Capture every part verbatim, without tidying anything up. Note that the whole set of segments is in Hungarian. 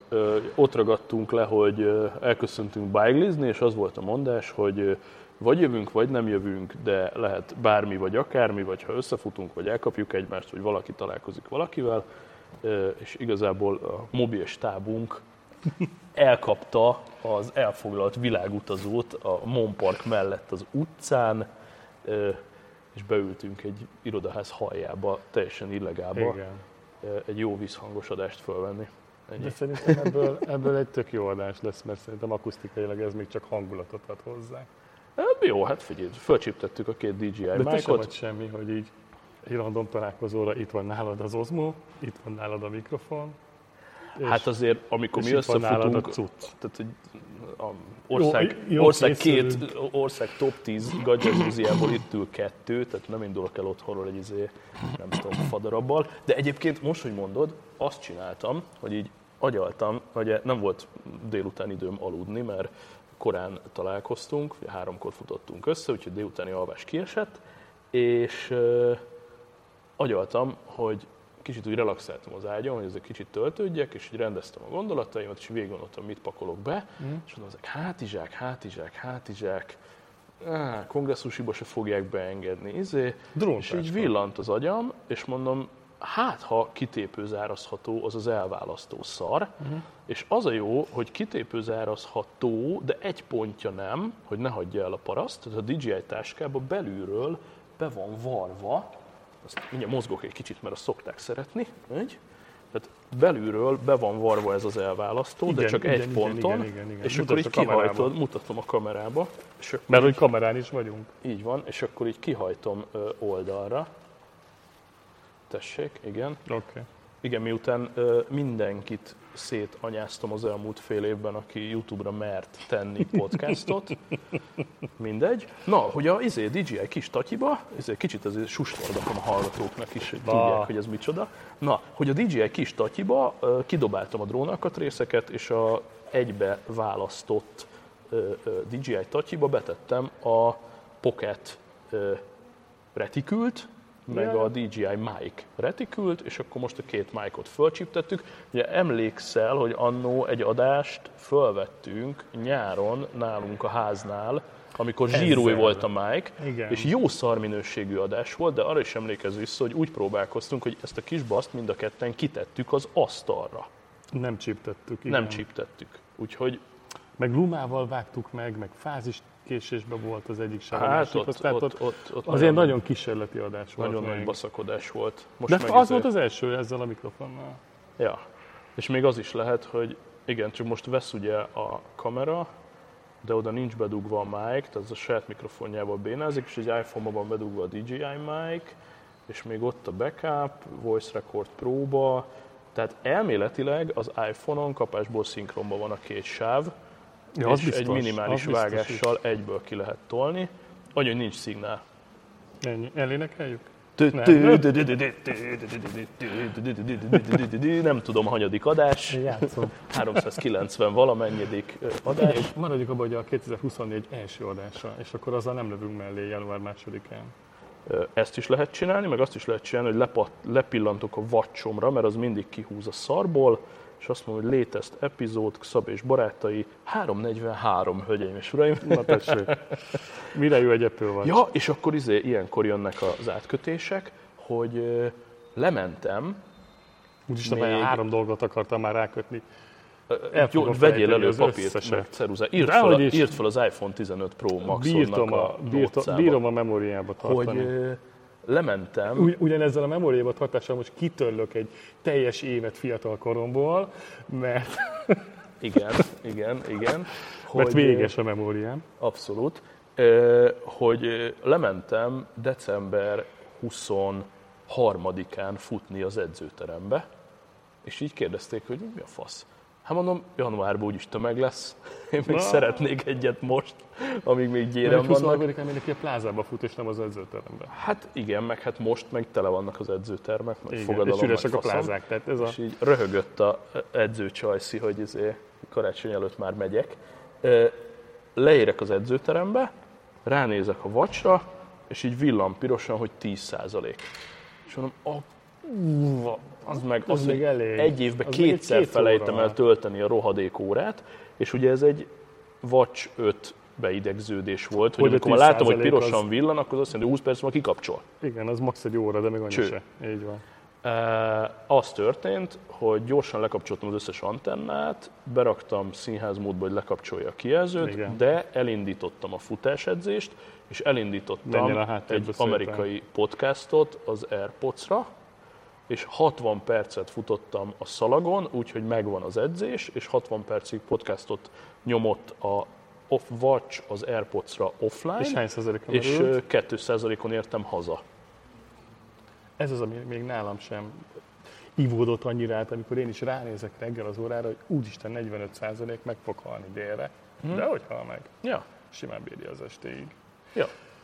ott ragadtunk le, hogy elköszöntünk bájglizni, és az volt a mondás, hogy vagy jövünk, vagy nem jövünk, de lehet bármi, vagy akármi, vagy ha összefutunk, vagy elkapjuk egymást, vagy valaki találkozik valakivel, és igazából a mobil stábunk elkapta az elfoglalt világutazót a Mon Park mellett az utcán, és beültünk egy irodaház halljába, teljesen illegálba, igen, egy jó vízhangos adást fölvenni. Ennyi. De szerintem ebből, ebből egy tök jó adás lesz, mert szerintem akusztikailag ez még csak hangulatot ad hozzá. Jó, hát figyelj, fölcsíptettük a két dé jé i mic-ot. De te sem vagy semmi, hogy így egy random találkozóra itt van nálad az Osmo, itt van nálad a mikrofon. Hát azért, amikor mi összefutunk, tehát egy ország, jó, jó, ország két, ország top tíz gadgetmúziából itt ül kettő, tehát nem indulok el otthonról egy izé, nem tudom, fadarabbal. De egyébként most, hogy mondod, azt csináltam, hogy így agyaltam, ugye nem volt délután időm aludni, mert korán találkoztunk, háromkor futottunk össze, úgyhogy délutáni alvás kiesett, és uh, agyaltam, hogy kicsit úgy relaxáltam az ágyon, hogy ezek kicsit töltődjek, és így rendeztem a gondolataimat, és végig gondoltam, mit pakolok be, mm. és mondom, ezek hátizsák, hátizsák, hátizsák, áh, kongresszusiba se fogják beengedni, izé, és így villant az agyam, és mondom, hát ha kitépőzárazható, az az elválasztó szar, uh-huh. és az a jó, hogy kitépőzárazható, de egy pontja nem, hogy ne hagyja el a paraszt, tehát a dé jé i táskába belülről be van varva, azt mindjárt mozgok egy kicsit, mert azt szokták szeretni, így? Tehát belülről be van varva ez az elválasztó, igen, de csak igen, egy igen, ponton, igen, igen, igen. és Mutasd akkor így kihajtod, mutatom a kamerába. És mert hogy kamerán is vagyunk. Így van, és akkor így kihajtom oldalra. Tessék, igen. Okay. Igen, miután ö, mindenkit szétanyáztam az elmúlt fél évben, aki YouTube-ra mert tenni podcastot, mindegy. Na, hogy a izé, dé jé i kis tatyiba, izé, kicsit azért sustorgatom a hallgatóknak is, hogy tudják, hogy ez micsoda. Na, hogy a dé jé i kis tatyiba ö, kidobáltam a drónalkatrészeket, és a egybe választott ö, ö, dé jé i tatyiba betettem a Pocket ö, retikült, meg a dé jé i mic retikült, és akkor most a két micot fölcsíptettük. Ugye emlékszel, hogy annó egy adást fölvettünk nyáron nálunk a háznál, amikor zsírúj volt a mic, igen. és jó szar minőségű adás volt, de arra is emlékezz vissza, hogy úgy próbálkoztunk, hogy ezt a kis baszt mind a ketten kitettük az asztalra. Nem csíptettük, igen. Nem csíptettük, úgyhogy... Meg lumával vágtuk meg, meg fázis késésben volt az egyik sem. Hát ott, ott, ott, ott, ott azért nagyon, nagyon kísérleti adás volt. Nagyon nagy baszakodás volt. Most de az volt az első ezzel a mikrofonnal. Ja, és még az is lehet, hogy igen, csak most vesz ugye a kamera, de oda nincs bedugva a mic, tehát az a saját mikrofonjával bénázik, és egy iPhone-ban van bedugva a dé jé i mic, és még ott a backup, voice record próba, tehát elméletileg az iPhone-on kapásból szinkronban van a két sáv, ja, és biztos, egy minimális vágással biztos. Egyből ki lehet tolni, annyi, hogy nincs szignál. Ennyi. Elénekeljük? Nem tudom, hanyadik adás. Játszom. háromszázkilencven valamennyidik adás. Maradjuk abban, hogy a kétezer-huszonnégy első adása, és akkor azzal nem lövünk mellé január másodikán. Ezt is lehet csinálni, meg azt is lehet csinálni, hogy lepat, lepillantok a vacsomra, mert az mindig kihúz a szarból, és azt mondom, hogy latest epizód, Szabé és barátai, háromszáznegyvenhárom, hölgyeim és uraim. Na tessék, mire jó egy Apple Watch? Ja, és akkor izé, ilyenkor jönnek az átkötések, hogy ö, lementem. Úgyis még... három dolgot akartam már rákötni. Jó, vegyél elő papírt, meg ceruzát. Írd fel, írd fel az iPhone tizenöt Pro Maxonnak a, a bírtom, bírom a memóriába tartani. Hogy ö, lementem. Ugy, ugyanezzel a memóriába tartással most kitörlök egy teljes évet fiatal koromból, mert... igen, igen, igen. Hogy, mert véges a memóriám. Abszolút. Hogy lementem december huszonharmadikán futni az edzőterembe, és így kérdezték, hogy mi a fasz. Hát mondom, januárban úgyis tömeg lesz, én még Na. szeretnék egyet most, amíg még gyérem vannak. huszonharmadikán mindenki a plázába fut, és nem az edzőterembe. Hát igen, meg hát most meg tele vannak az edzőtermek, meg igen, fogadalom, és üresek a plázák. Tehát ez és a... így röhögött a edzőcsajszi, hogy izé, karácsony előtt már megyek. Leérek az edzőterembe, ránézek a vacsra, és így villan pirosan, hogy tíz százalék. És mondom, a Az meg az az, még hogy elég. egy évben Az kétszer még két felejtem óra. el tölteni a rohadék órát, és ugye ez egy Watch öt beidegződés volt, hogy, Hogy a amikor már látom, hogy tíz százalék pirosan az- villan, akkor az azt jelenti, hogy húsz perc múlva kikapcsol. Igen, az max. Egy óra, de még annyi Cső. se. Így van. E, az történt, hogy gyorsan lekapcsoltam az összes antennát, beraktam színházmódba, hogy lekapcsolja a kijelzőt, Igen. de elindítottam a futásedzést, és elindítottam Menjen a háttérbe egy szépen. amerikai podcastot az AirPods-ra, és hatvan percet futottam a szalagon, úgyhogy megvan az edzés, és hatvan percig podcastot nyomott a off Watch az AirPods-ra offline, És hány százalékra és merült? két százalékon értem haza. Ez az, ami még nálam sem ivódott annyira át, amikor én is ránézek reggel az órára, hogy úristen negyvenöt százalék meg fog halni délre. Hmm. De hogy hal meg? Ja, Simán bírja az estéig. ja.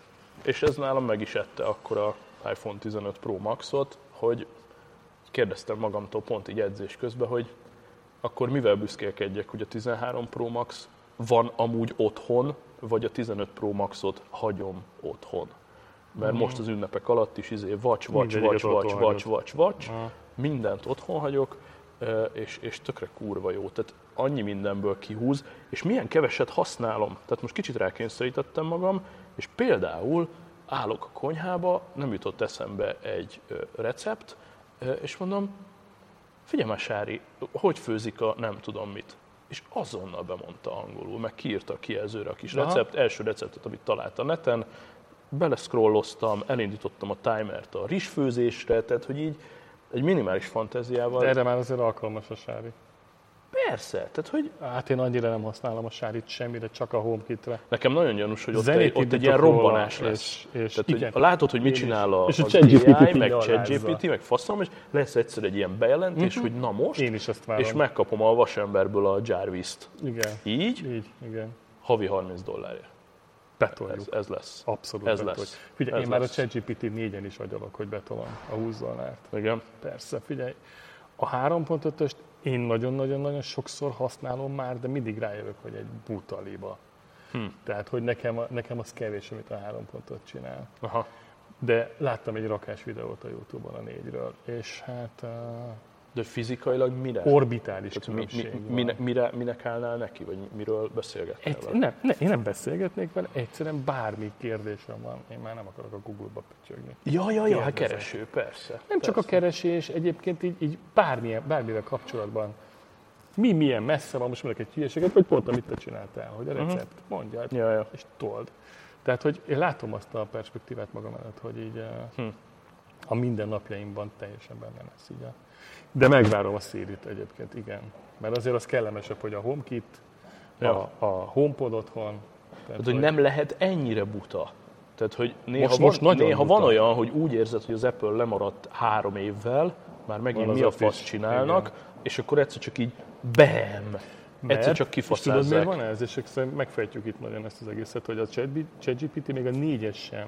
És ez nálam meg is ette akkor a iPhone tizenöt Pro Maxot, hogy kérdeztem magamtól pont így edzés közben, hogy akkor mivel büszkélkedjek, hogy a tizenhárom Pro Max van amúgy otthon, vagy a tizenöt Pro Maxot hagyom otthon. Mert Mhm. most az ünnepek alatt is izé watch, watch, Mindegyiket watch, watch, otthon watch, hagyod. watch, watch, Aha. mindent otthon hagyok, ö, és, és tökre kurva jó. Tehát annyi mindenből kihúz, és milyen keveset használom. Tehát most kicsit rákényszerítettem magam, és például állok a konyhába, nem jutott eszembe egy ö, recept, ö, és mondom, figyelj már Sári, hogy főzik a nem tudom mit. És azonnal bemondta angolul, meg kiírta a kijelzőre a kis Aha. recept, első receptet, amit talált a neten, beleszkrolloztam, elindítottam a timert a rizsfőzésre, tehát hogy így egy minimális fantáziával. De erre már azért alkalmas a sári. Persze, tehát hogy Hát én annyira nem használom a sárit semmire, csak a HomeKit-re. nekem nagyon gyanús, hogy ott Zenét egy, ott egy indítok ilyen róla, robbanás lesz. és- és tehát, igen. hogy látod, hogy mit Én is. csinál a, És a az ChatGPT á i, meg nyalázza. ChatGPT, meg faszom, és lesz egyszer egy ilyen bejelentés, hogy na most, Én is azt várom. és megkapom a vasemberből a Jarvis-t. Igen, Így, így, igen. havi harminc dollárért. Betoljuk. Ez, ez lesz. Abszolút ez betoljuk. lesz. Figyelj, Ez én már lesz. a ChatGPT négyen is agyalok, hogy betolom a húsz dollárt. Igen. Persze, figyelj. A három pont ötöst én nagyon-nagyon-nagyon sokszor használom már, de mindig rájövök, hogy egy buta liba. Hm. Tehát, hogy nekem, a- nekem az kevés, amit a három pont öt csinál. Aha. De láttam egy rakás videót a YouTube-on a négyről, és hát uh, De fizikailag mire? orbitális Tehát mi, különbség mi, van. mire, mire, minek állnál neki, vagy miről beszélgetnél Egy, vele? nem, ne, én nem beszélgetnék vele, egyszerűen bármi kérdésem van, én már nem akarok a Google-ba pütyögni. Ja, ja, ja, hát Kérdezek. kereső, persze. Nem csak a persze. keresés, egyébként így, így bármilyen, bármivel kapcsolatban. Mi milyen messze van, most mondok egy hülyeséget, vagy pont amit te csináltál, hogy a recept, mondjad, Ja, ja. és told. Tehát, hogy én látom azt a perspektívát magam előtt, hogy így Hm. a mindennapjaimban teljesen benne lesz így. a- De megvárom a Siri-t egyébként, igen. Mert azért az kellemesebb, hogy a HomeKit, Ja. a, a HomePod otthon. Tehát, Tehát, hogy nem lehet ennyire buta. Tehát, hogy néha, Most- van, most nagyon néha buta. van olyan, hogy úgy érzed, hogy az Apple lemaradt három évvel, már megint Van mi az a Office, fasz csinálnak, igen. és akkor egyszer csak így BAM! Egyszer csak És tudod, miért kifaszázzák. van ez? És akkor megfejtjük itt nagyon ezt az egészet, hogy a ChatGPT még a négyes sem,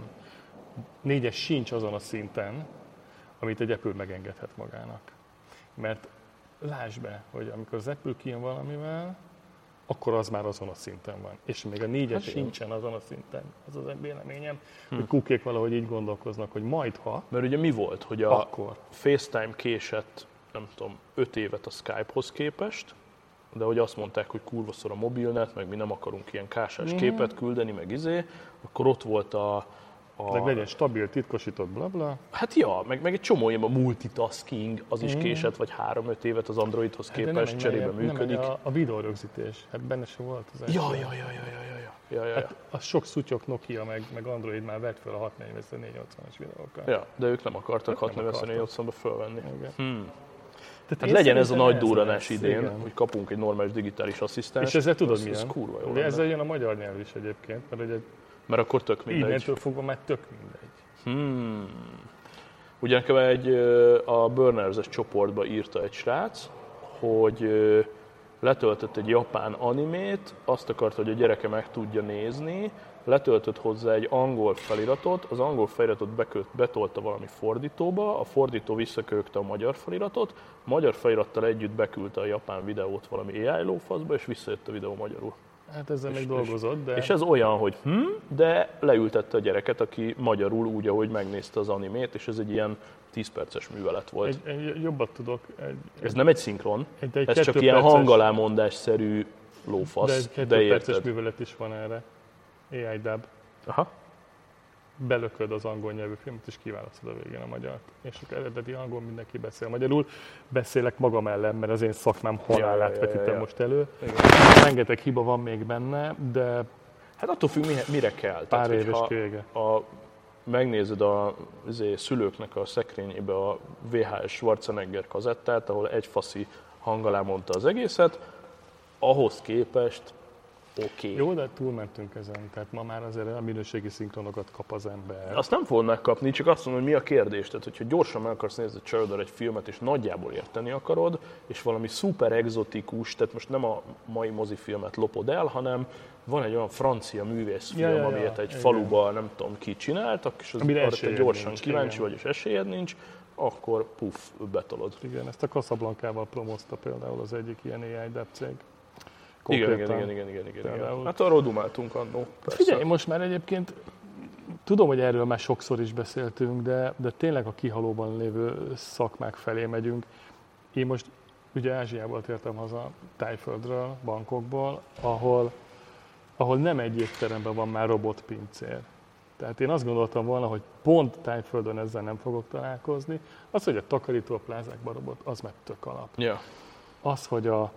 négyes sincs azon a szinten, amit egy Apple megengedhet magának. Mert lásd be, hogy amikor az Apple kijön valamivel, akkor az már azon a szinten van. És még a négyes Hát igen. sincsen azon a szinten. Az az én véleményem, hm. hogy kukék valahogy így gondolkoznak, hogy majd ha, Mert ugye mi volt, hogy a akkor. FaceTime késett, nem tudom, öt évet a Skype-hoz képest, de hogy azt mondták, hogy kurva szor a mobilnet, meg mi nem akarunk ilyen kásás Mhm. képet küldeni, meg izé, akkor ott volt a... a Meg legyen stabil, titkosított, blabla. Hát ja, meg, meg egy csomó ilyen a multitasking, az is késett, vagy három-öt évet az Androidhoz Mhm. Hát de képest nem cserébe megy- nem működik. megy a, a videórögzítés, hát benne se volt az első. Ja, ja, ja, ja, ja, ja, ja, ja, ja. Hát az sok szutyok Nokia, meg, meg Android már vett fel a hatszáznegyven négyszáznyolcvanas videókat. Ja, de ők nem akartak Ők nem hatszáznegyven négyszáznyolcvanba fölvenni. Igen. Hmm. Tehát Hát én legyen ez a szerintem nagy ez durranás lesz, idén, igen. hogy kapunk egy normális digitális asszisztenst. És ezzel tudod ez, milyen? ez kurva jó De lenne. ezzel jön a magyar nyelv is egyébként, mert ugye Mert akkor tök mindegy. innentől fogva már tök mindegy. Hmm. Ugye nekem egy, ö, a Burners-es csoportba írta egy srác, hogy ö, letöltött egy japán animét, azt akarta, hogy a gyereke meg tudja nézni, letöltött hozzá egy angol feliratot, az angol feliratot bekölt, betolta valami fordítóba, a fordító visszakökte a magyar feliratot, a magyar felirattal együtt beküldte a japán videót valami á i lófaszba, és visszajött a videó magyarul. Hát ezzel És- még dolgozott, de És ez olyan, hogy hm, de leültette a gyereket, aki magyarul úgy, ahogy megnézte az animét, és ez egy ilyen tíz perces művelet volt. Egy, egy jobbat tudok. Egy, ez nem egy szinkron, egy, egy ez csak ilyen perces, hangalámondásszerű lófasz. De egy kettő perces művelet is van erre. á i dub. Aha. Belököd az angol nyelvű filmet, és kiválasztod a végén a magyart. És akkor eredeti angol mindenki beszél magyarul. Beszélek magam ellen, mert az én szakmám halálát ja, vetítem ja, ja. most elő. Igen. Rengeteg hiba van még benne, de... Hát attól függ, mire kell. Pár Tehát, éves kége. A, megnézed a azért, szülőknek a szekrényébe a vé há es Schwarzenegger kazettát, ahol egy faszi hangalá mondta az egészet, ahhoz képest oké. Okay. Jó, de túlmentünk ezen, tehát ma már azért a minőségi szinkronokat kap az ember. Azt nem fogod megkapni, csak azt mondom, hogy mi a kérdés. Tehát, hogyha gyorsan meg akarsz nézni Chowder egy filmet, és nagyjából érteni akarod, és valami szuper egzotikus, tehát most nem a mai mozifilmet lopod el, hanem van egy olyan francia művészfilm, ja, ja, ja, amilyet egy igen. faluba nem tudom ki csináltak, és az arra te gyorsan nincs, kíváncsi igen. vagy, és esélyed nincs, akkor puff, betolod. Igen, ezt a Casablancával promózta például az egyik ilyen á i dub cég. Igen, igen, igen, igen, igen, igen, igen. Hát arról dumáltunk annó, persze. Figyelj, most már egyébként tudom, hogy erről már sokszor is beszéltünk, de, de tényleg a kihalóban lévő szakmák felé megyünk. Én most ugye Ázsiából tértem haza, Tájföldről, Bangkokból, ahol, ahol nem egy étteremben van már robotpincér. Tehát én azt gondoltam volna, hogy pont Tájföldön ezzel nem fogok találkozni. Az, hogy a takarítóplázákban robot, az már tök alap. Yeah. Az, hogy a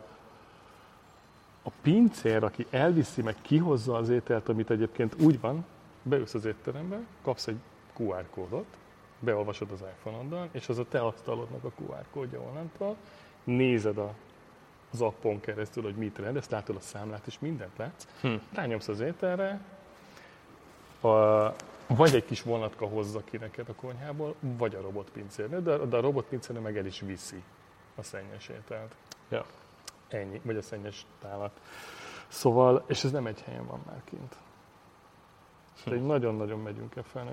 A pincér, aki elviszi, meg kihozza az ételt, amit egyébként úgy van, beülsz az étterembe, kapsz egy kú ár kódot, beolvasod az iPhone-oddal, és az a te asztalodnak a kú ár kódja onnantól, nézed a, az appon keresztül, hogy mit rendelsz, látod a számlát, és mindent látsz, hm. rányomsz az ételre, a, vagy egy kis vonatka hozza ki neked a konyhából, vagy a robotpincérnő, de, de a robotpincérnő meg el is viszi a szennyes ételt. Ja. Ennyi, vagy a szennyes tálat. Szóval, és ez nem egy helyen van már kint. Tehát nagyon-nagyon megyünk e felé.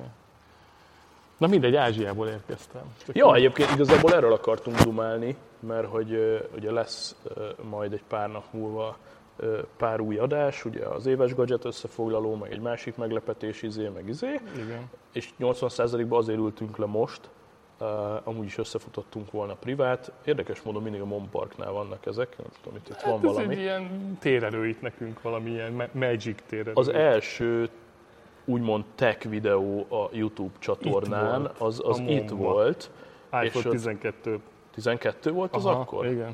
Na mindegy, Ázsiából érkeztem. Csak ja, egyébként igazából erről akartunk dumálni, mert hogy uh, ugye lesz uh, majd egy pár nap múlva uh, pár új adás, ugye az éves gadget összefoglaló, meg egy másik meglepetés izé, meg izé. Igen. És nyolcvan százalékban azért ültünk le most, Uh, amúgy is összefutottunk volna privát. Érdekes módon mindig a Mon Parknál vannak ezek, nem tudom, itt, itt hát van ez valami. Ez egy ilyen térerő itt nekünk, valami ilyen ma- magic térerő. Az első úgymond tech videó a YouTube csatornán, itt az, az itt volt. iPhone tizenkettő. tizenkettő volt az aha, akkor? Igen.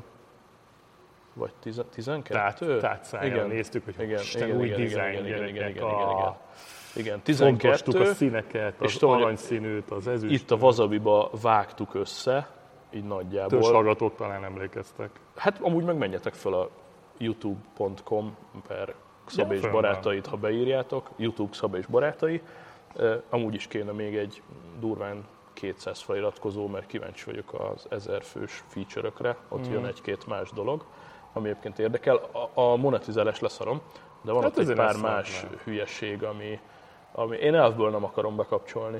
Vagy tizenkettő? Tátszájjal néztük, hogy igen, Isten igen, új igen, dizájn igen, igen, igen, a... igen, igen. Igen, tizenkettő, a színeket, az aranyszínűt, az ezüst. Itt a Wasabiba vágtuk össze, így nagyjából. Törzs hallgatók talán emlékeztek. Hát amúgy meg menjetek fel a youtube pont com per Szabé és barátait, ha beírjátok. YouTube Szabé és barátai. Uh, amúgy is kéne még egy durván kétszáz feliratkozó, mert kíváncsi vagyok az ezer fős feature-ökre. Ott mm. jön egy-két más dolog, ami egyébként érdekel. A, a monetizálás leszarom, de van hát ott egy pár más nem. hülyeség, ami, ami én elfből nem akarom bekapcsolni.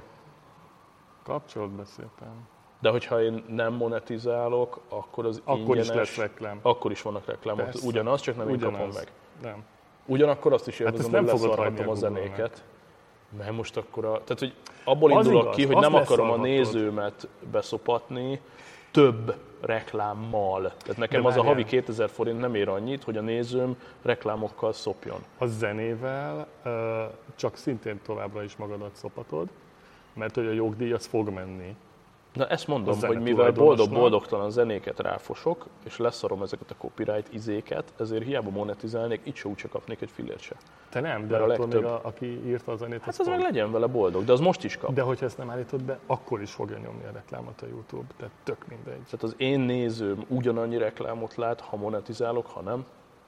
Kapcsold be szépen. De hogyha én nem monetizálok, akkor az akkor ingyenes... is lesz reklám. Akkor is vannak reklámok. Persze. Ugyanaz, csak nem Ugyanaz. én kapom meg. Nem. Ugyanakkor azt is élvezem, hát hogy leszarhatom a, a zenéket. Mert most akkor a... Tehát, hogy abból az indulok igaz, ki, hogy nem akarom a nézőmet beszopatni több reklámmal. Tehát nekem de az várjál. A havi kétezer forint nem ér annyit, hogy a nézőm reklámokkal szopjon. A zenével uh, csak szintén továbbra is magadat szopatod, mert hogy a jogdíj az fog menni. Na ezt mondom, hogy mivel boldog-boldogtalan zenéket ráfosok, és leszarom ezeket a copyright izéket, ezért hiába monetizálnék, itt se úgyse kapnék egy fillért se. Te nem, de attól még a, aki írta a zenét, hát az meg legyen vele boldog, de az most is kap. De hogyha ezt nem állítod be, akkor is fogja nyomni a reklámot a YouTube, tehát tök mindegy. Tehát az én nézőm ugyanannyi reklámot lát, ha monetizálok, ha nem?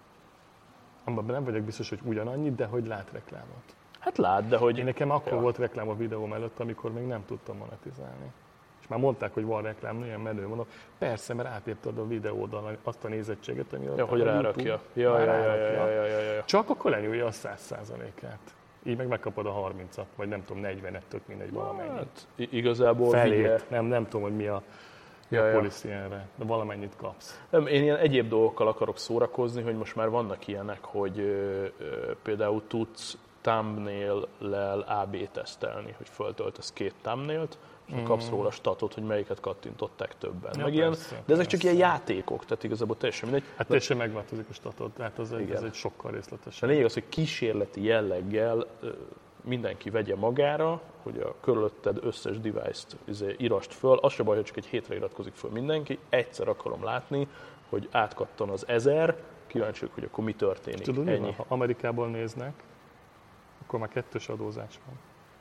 Abban nem vagyok biztos, hogy ugyanannyi, de hogy lát reklámot. Hát lát, de hogy... Én nekem akkor ja. volt reklám a videóm előtt, amikor még nem tudtam monetizálni. És már mondták, hogy van reklám, nagyon menő, mondom, persze, mert átépted a videódon azt a nézettséget, ami ja, hogy rárakja. Ja, ja, ja, ja, ja, ja, ja. Csak akkor lenyúlja a száz százalékát. Így meg megkapod a harmincat, vagy nem tudom, negyvenet, tök mindegy valamennyit. Hát, igazából felét, nem, nem tudom, hogy mi a, mi ja, a policy ja. erre, de valamennyit kapsz. Nem, én ilyen egyéb dolgokkal akarok szórakozni, hogy most már vannak ilyenek, hogy ö, ö, például tudsz thumbnail-lel á bé tesztelni, hogy föltöltesz két thumbnailt, és mm. kapsz róla statot, hogy melyiket kattintották többen. Ja, meg ilyen, persze, de ezek persze. csak ilyen játékok, tehát igazából teljesen mindegy. Hát teljesen megváltozik a statod, tehát az egy, ez egy sokkal részletesebb. A lényeg az, hogy kísérleti jelleggel mindenki vegye magára, hogy a körülötted összes device-t izé, írast föl. Az se baj, hogy csak egy hétre iratkozik föl mindenki. Egyszer akarom látni, hogy átkattan az ezer, kíváncsiak, hogy akkor mi történik. Tudod, ennyi. Mi van? Ha Amerikából néznek, akkor már kettős adózás van.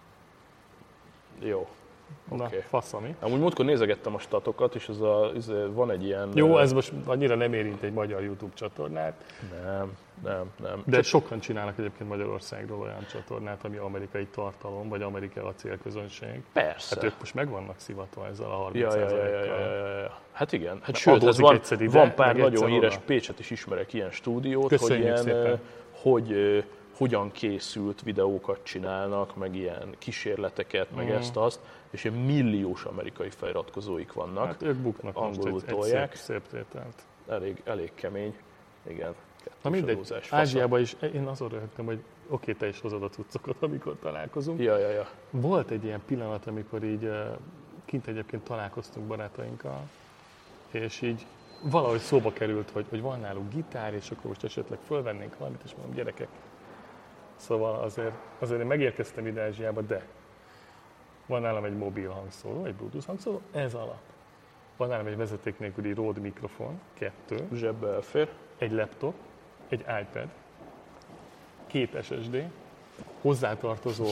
Jó. Na, Okay. fasz, ami. Amúgy múltkor nézegettem a statokat, és ez a, ez van egy ilyen... Jó, ez most annyira nem érint egy magyar YouTube csatornát. Nem, nem, nem. De Csak... sokan csinálnak egyébként Magyarországról olyan csatornát, ami amerikai tartalom, vagy amerikai a célközönség. Persze. Hát ők most meg vannak szivatva ezzel a harminc ja, százalékkal. ja, ja, ja, ja, ja. Hát igen. Hát sőt, hát van, ide, van pár nagyon híres, Pécset is ismerek ilyen stúdiót, Köszönjük hogy ilyen, szépen. hogy hogyan készült videókat csinálnak, meg ilyen kísérleteket, meg mm. ezt-azt, és ilyen milliós amerikai feliratkozóik vannak. Hát ők buknak angolul most egy, tolják. egy szép, szép tételt. Elég, elég kemény, igen. Na mindegy, Ázsiában is, én azon röhögtem, hogy oké, te is hozod a cuccokat, amikor találkozunk. Ja, ja, ja. Volt egy ilyen pillanat, amikor így kint egyébként találkoztunk barátainkkal, és így valahogy szóba került, hogy, hogy van náluk gitár, és akkor most esetleg fölvennénk valamit, és mondom, gyerekek. Szóval azért, azért én megérkeztem ide Ázsiába, de van nálam egy mobil hangszóró, egy Bluetooth hangszóró, ez alap. Van nálam egy vezeték nélküli Rode mikrofon, kettő. Zsebbe elfér. Egy laptop, egy iPad, két es es dé, hozzátartozó,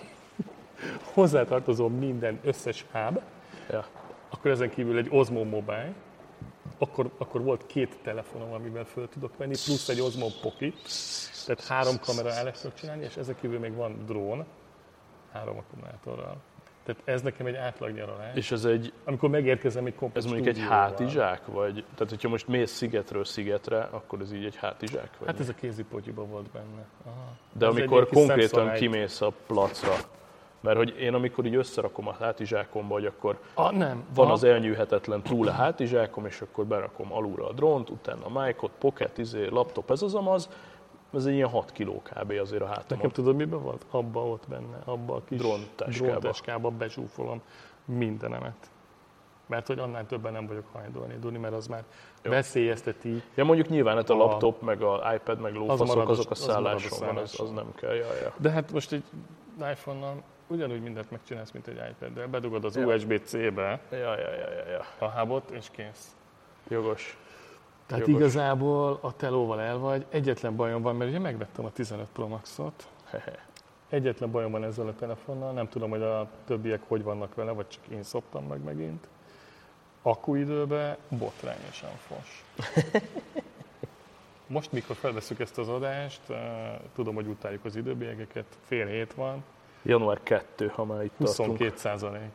hozzátartozó minden összes hub, ja. Akkor ezen kívül egy Osmo Mobile, akkor, akkor volt két telefonom, amivel föl tudok venni, plusz egy Osmo Pocket, tehát három kamera állást tudok csinálni, és ezen kívül még van drón, három akkumulátorral. Tehát ez nekem egy átlagnyaralás. És ez egy... Amikor megérkezem egy komplet Ez mondjuk egy hátizsák? Vagy, tehát, hogyha most mész szigetről szigetre, akkor ez így egy hátizsák? Vagy hát mi? ez a kézipotyiban volt benne. Aha. De ez amikor konkrétan kimész a placra, mert hogy én amikor így összerakom a hátizsákomba, hogy akkor ah, nem. van ah. az elnyűhetetlen túl a hátizsákom, és akkor berakom alulra a drónt, utána a mic-ot, pocket, izé, laptop, ez az amaz, ez egy ilyen hat kiló kb. Azért a hátamon. Nekem tudod, miben volt? Abba ott benne, abba a kis dróntáskába. dróntáskába bezsúfolom mindenemet. Mert hogy annál többen nem vagyok hajlandó indulni, mert az már jó. Veszélyezteti. Ja, mondjuk nyilván hát a, a laptop, meg a iPad, meg lófaszok, az azok a az szálláson van, az, az nem kell. Ja, ja. De hát most egy iPhone-nal ugyanúgy mindent megcsinálsz, mint egy iPad-del. Bedugod az ja. u es bé cé-be ja, ja, ja, ja, ja. a hubot, és kész. Jogos. Tehát Jogos. Igazából a telóval el vagy. Egyetlen bajom van, mert ugye megvettem a tizenöt Pro Max-ot. Egyetlen bajom van ezzel a telefonnal, nem tudom, hogy a többiek hogy vannak vele, vagy csak én szoptam meg megint. Akkuidőben botrányosan fos. Most, mikor felveszünk ezt az adást, tudom, hogy utáljuk az időbélyegeket, fél hét van. január kettő, ha már itt huszonkettő százalék.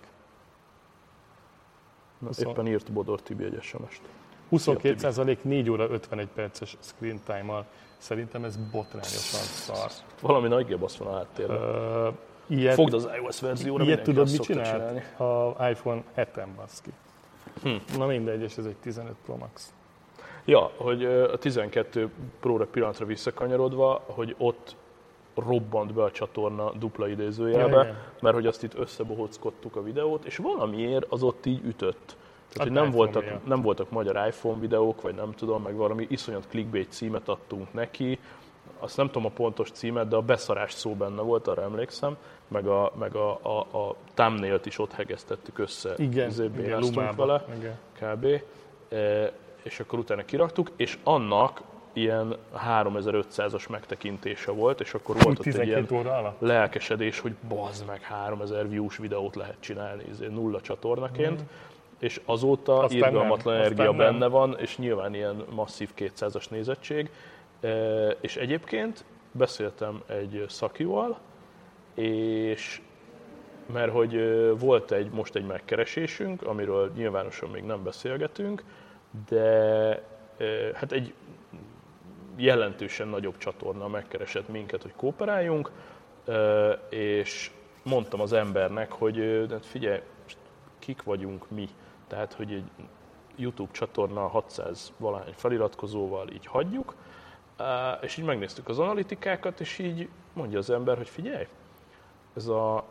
Éppen írt Bodor Tibi egy es em est. huszonkettő százalék négy óra ötvenegy perces screen time-mal. Szerintem ez botrányosan szar. Valami nagy gebasz van a háttérben. Uh, ilyet, Fogd az iOS verzióra, ilyet tudod, mit csinált? Csinálni. A iPhone heten baszki. Hm. Na mindegy, és ez egy tizenöt Pro Max. Ja, hogy a tizenkettő Pro-ra pillanatra visszakanyarodva, hogy ott robbant be a csatorna dupla idézőjelbe, ja, mert hogy azt itt összebohockodtuk a videót, és valamiért az ott így ütött. Tehát, hogy nem voltak, nem voltak magyar iPhone videók, vagy nem tudom, meg valami iszonyat clickbait címet adtunk neki. Azt nem tudom a pontos címet, de a beszarás szó benne volt, arra emlékszem, meg a, meg a, a, a thumbnailt is ott hegesztettük össze. Igen, igen, vele, igen. Kb. E, és akkor utána kiraktuk, és annak ilyen háromezer-ötszázas megtekintése volt, és akkor volt ott egy ilyen lelkesedés, hogy bazd meg, háromezer views videót lehet csinálni nulla csatornaként. Mm. És azóta aztán irgalmatlan nem, energia benne nem. van, és nyilván ilyen masszív kétszázas nézettség. E, és egyébként beszéltem egy szakival, és mert hogy volt egy, most egy megkeresésünk, amiről nyilvánosan még nem beszélgetünk, de hát egy jelentősen nagyobb csatorna megkeresett minket, hogy kooperáljunk, és mondtam az embernek, hogy figyelj, kik vagyunk mi, tehát hogy egy YouTube csatorna hatszáz valahány feliratkozóval így hagyjuk, És így megnéztük az analitikákat, és így mondja az ember, hogy figyelj, ez a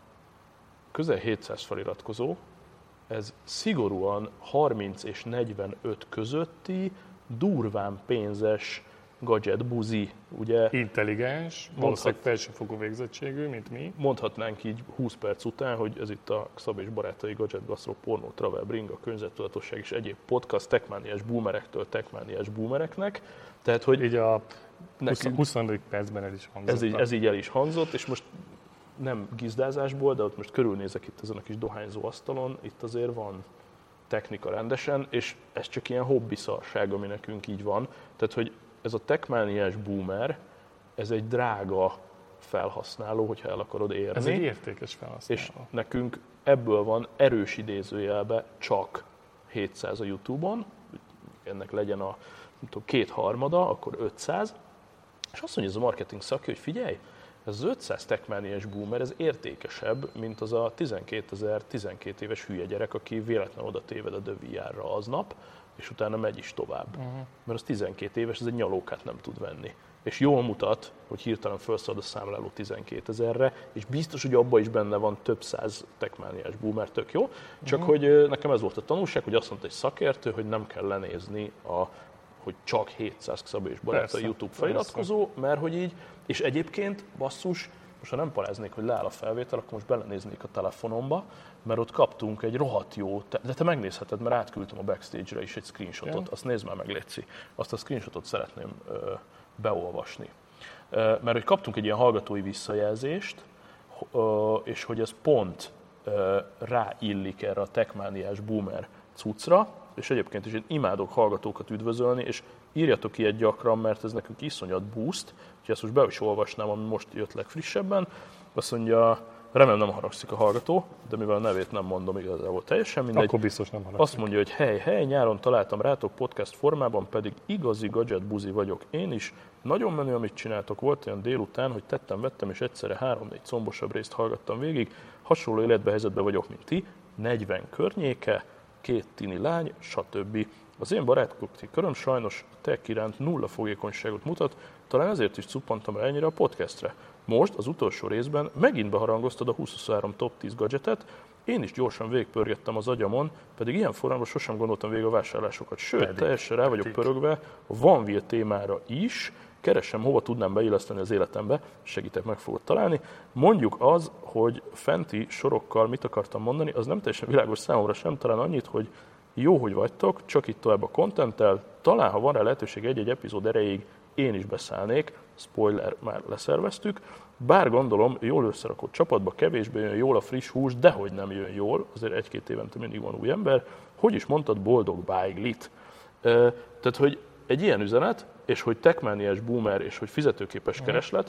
közel hétszáz feliratkozó, ez szigorúan harminc és negyvenöt közötti durván pénzes gadget buzi, ugye? Intelligens, valószínűleg felsőfokú végzettségű, mint mi. Mondhatnánk így húsz perc után, hogy ez itt a Szab és barátai Gadget, Gasztro, Pornó, Travel, Bring, a környezettudatosság és egyéb podcast techmániás boomerektől techmániás boomereknek. Tehát, hogy így a huszadik percben el is hangzott. Ez így, ez így el is hangzott, és most nem gizdázásból, de ott most körülnézek itt ezen a kis dohányzó asztalon, itt azért van technika rendesen, és ez csak ilyen hobbi szarság, ami nekünk így van. Tehát, hogy ez a techmániás boomer, ez egy drága felhasználó, hogyha el akarod érni. Ez egy értékes felhasználó. És nekünk ebből van erős idézőjelbe csak hétszáz a YouTube-on, ennek legyen a nem tudom, kétharmada, akkor ötszáz, és azt mondja ez a marketing szakja, hogy figyelj, ez az ötszáz techmániás boomer, ez értékesebb, mint az a tizenkétezer tizenkét éves hülye gyerek, aki véletlenül oda téved a The vé er-ra aznap, és utána megy is tovább. Uh-huh. Mert az tizenkét éves, ez egy nyalókát nem tud venni. És jól mutat, hogy hirtelen felszalad a számláló tizenkétezerre, és biztos, hogy abban is benne van több száz techmániás boomer, tök jó. Csak uh-huh. hogy nekem ez volt a tanulság, hogy azt mondta egy szakértő, hogy nem kell lenézni, a, hogy csak hétszáz Szabó és Barát a YouTube feliratkozó, mert hogy így, és egyébként basszus, most ha nem paráznék, hogy leáll a felvétel, akkor most belenéznék a telefonomba, mert ott kaptunk egy rohadt jó, de te megnézheted, mert átküldtem a backstage-re is egy screenshotot, yeah. Azt nézd már meg, létszi. Azt a screenshotot szeretném ö, beolvasni. Ö, mert hogy kaptunk egy ilyen hallgatói visszajelzést, ö, és hogy ez pont ö, ráillik erre a techmániás boomer cuccra, és egyébként is én imádok hallgatókat üdvözölni, és írjatok ilyet gyakran, mert ez nekünk iszonyat boost, úgyhogy ezt most be is olvasnám, ami most jött legfrissebben. Azt mondja, remélem nem haragszik a hallgató, de mivel a nevét nem mondom, igazából teljesen mindegy. Akkor biztos nem haragszik. Azt mondja, hogy hely, hely, nyáron találtam rátok podcast formában, pedig igazi gadget buzi vagyok én is. Nagyon menő, amit csináltok. Volt olyan délután, hogy tettem, vettem, és egyszerre három-négy combosabb részt hallgattam végig. Hasonló életbe helyzetben vagyok, mint ti, negyven környéke, két tini lány, stb. Az én barátkoti köröm sajnos a tech iránt nulla fogékonyságot mutat, talán ezért is cuppantam rá ennyire a podcastre. Most, az utolsó részben megint beharangoztad a huszonhárom top tíz gadgetet, én is gyorsan végigpörgettem az agyamon, pedig ilyen formában sosem gondoltam végig a vásárlásokat. Sőt, pedig, teljesen rá vagyok pedig. pörögve a One Wheel témára is, keresem, hova tudnám beilleszteni az életembe, segítek, meg fogod találni. Mondjuk az, hogy fenti sorokkal mit akartam mondani, az nem teljesen világos számomra sem, talán annyit, hogy jó, hogy vagytok, csak itt tovább a contenttel, talán ha van rá lehetőség egy-egy epizód erejéig, én is beszállnék, spoiler, már leszerveztük, bár gondolom, jól összerakott csapatba kevésbé jön jól a friss hús, dehogy nem jön jól, azért egy-két évente mindig van új ember, hogy is mondtad, boldog bájglit. E, tehát, hogy egy ilyen üzenet, és hogy techmániás boomer, és hogy fizetőképes uh-huh. kereslet,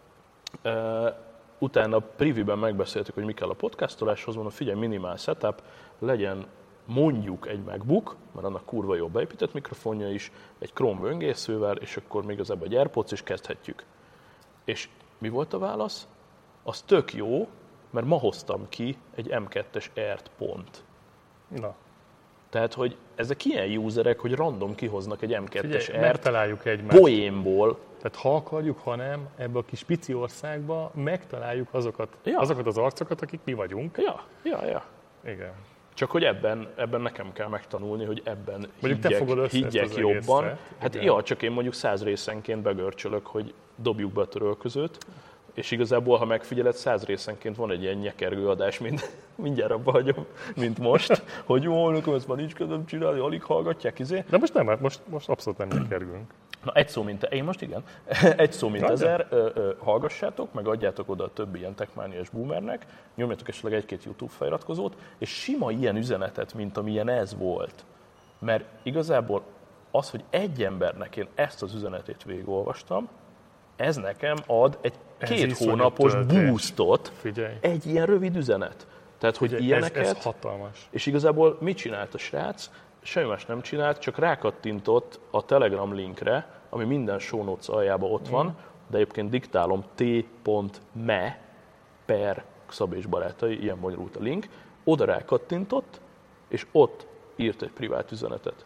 e, utána preview-ben megbeszéltük, hogy mi kell a podcastoláshoz, mondom, figyelj, minimál setup, legyen mondjuk egy MacBook, mert annak kurva jó beépített mikrofonja is, egy Chrome böngészővel, és akkor még az ebbe egy AirPods is kezdhetjük. És mi volt a válasz? Az tök jó, mert ma hoztam ki egy em kettes Air-t pont. Na. Tehát, hogy ezek ilyen userek, hogy random kihoznak egy em kettes Figyelj, Air-t megtaláljuk egymást. Poénból. Tehát ha akarjuk, ha nem, ebbe a kis pici országba megtaláljuk azokat, ja. azokat az arcokat, akik mi vagyunk. Ja, ja, ja. Igen. Csak hogy ebben, ebben nekem kell megtanulni, hogy ebben mondjuk higgyek, te fogod higgyek jobban. egészre. Hát igen. ja, csak én mondjuk száz részenként begörcsölök, hogy dobjuk be a törölközőt, és igazából, ha megfigyeled, száz részenként van egy ilyen nyekergő adás, mint, mindjárt abba hagyom, mint most, hogy jó, nekem ezt már nincs kedvem csinálni, alig hallgatják, izé. De most nem, most, most abszolút nem nyekergünk. Na, egy szó mint, én most igen, egy szó mint ezer, ö, ö, hallgassátok, meg adjátok oda a többi ilyen techmániás boomernek, nyomjatok esetleg egy-két YouTube feliratkozót, és sima ilyen üzenetet, mint amilyen ez volt. Mert igazából az, hogy egy embernek én ezt az üzenetét végigolvastam, ez nekem ad egy ez két hónapos boostot, Figyelj. Egy ilyen rövid üzenet. Tehát, hogy Figyelj, ilyeneket... Ez, ez hatalmas. És igazából mit csinált a srác? Semmi más nem csinált, csak rákattintott a Telegram linkre, ami minden show notes aljában ott van, mm. de egyébként diktálom t.me per Szab és barátai, ilyen bonyolult a link, oda rákattintott, és ott írt egy privát üzenetet.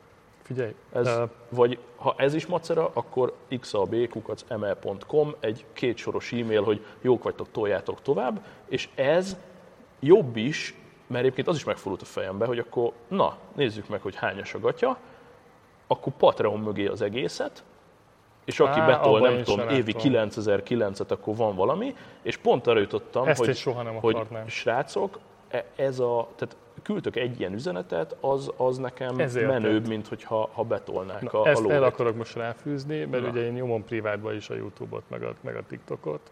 Figyelj, Ez, uh, vagy ha ez is macera, akkor xab kukac em el pont com, egy kétsoros e-mail, hogy jók vagytok, toljátok tovább, és ez jobb is, mert egyébként az is megfordult a fejembe, hogy akkor na, nézzük meg, hogy hányas a gatya, akkor Patreon mögé az egészet, és aki Á, betol, abban nem én tudom, sem évi látom. kilencezer-kilencet, akkor van valami, és pont arra jutottam, Ezt hogy, én soha nem hogy akarnám. srácok, e- ez a, tehát küldtök egy ilyen üzenetet, az, az nekem Ezért menőbb, tett. mint hogyha ha betolnák Na, a, a ezt el lóvét. akarok most ráfűzni, mert Na. ugye én nyomom privátban is a YouTube-ot, meg a, meg a TikTokot,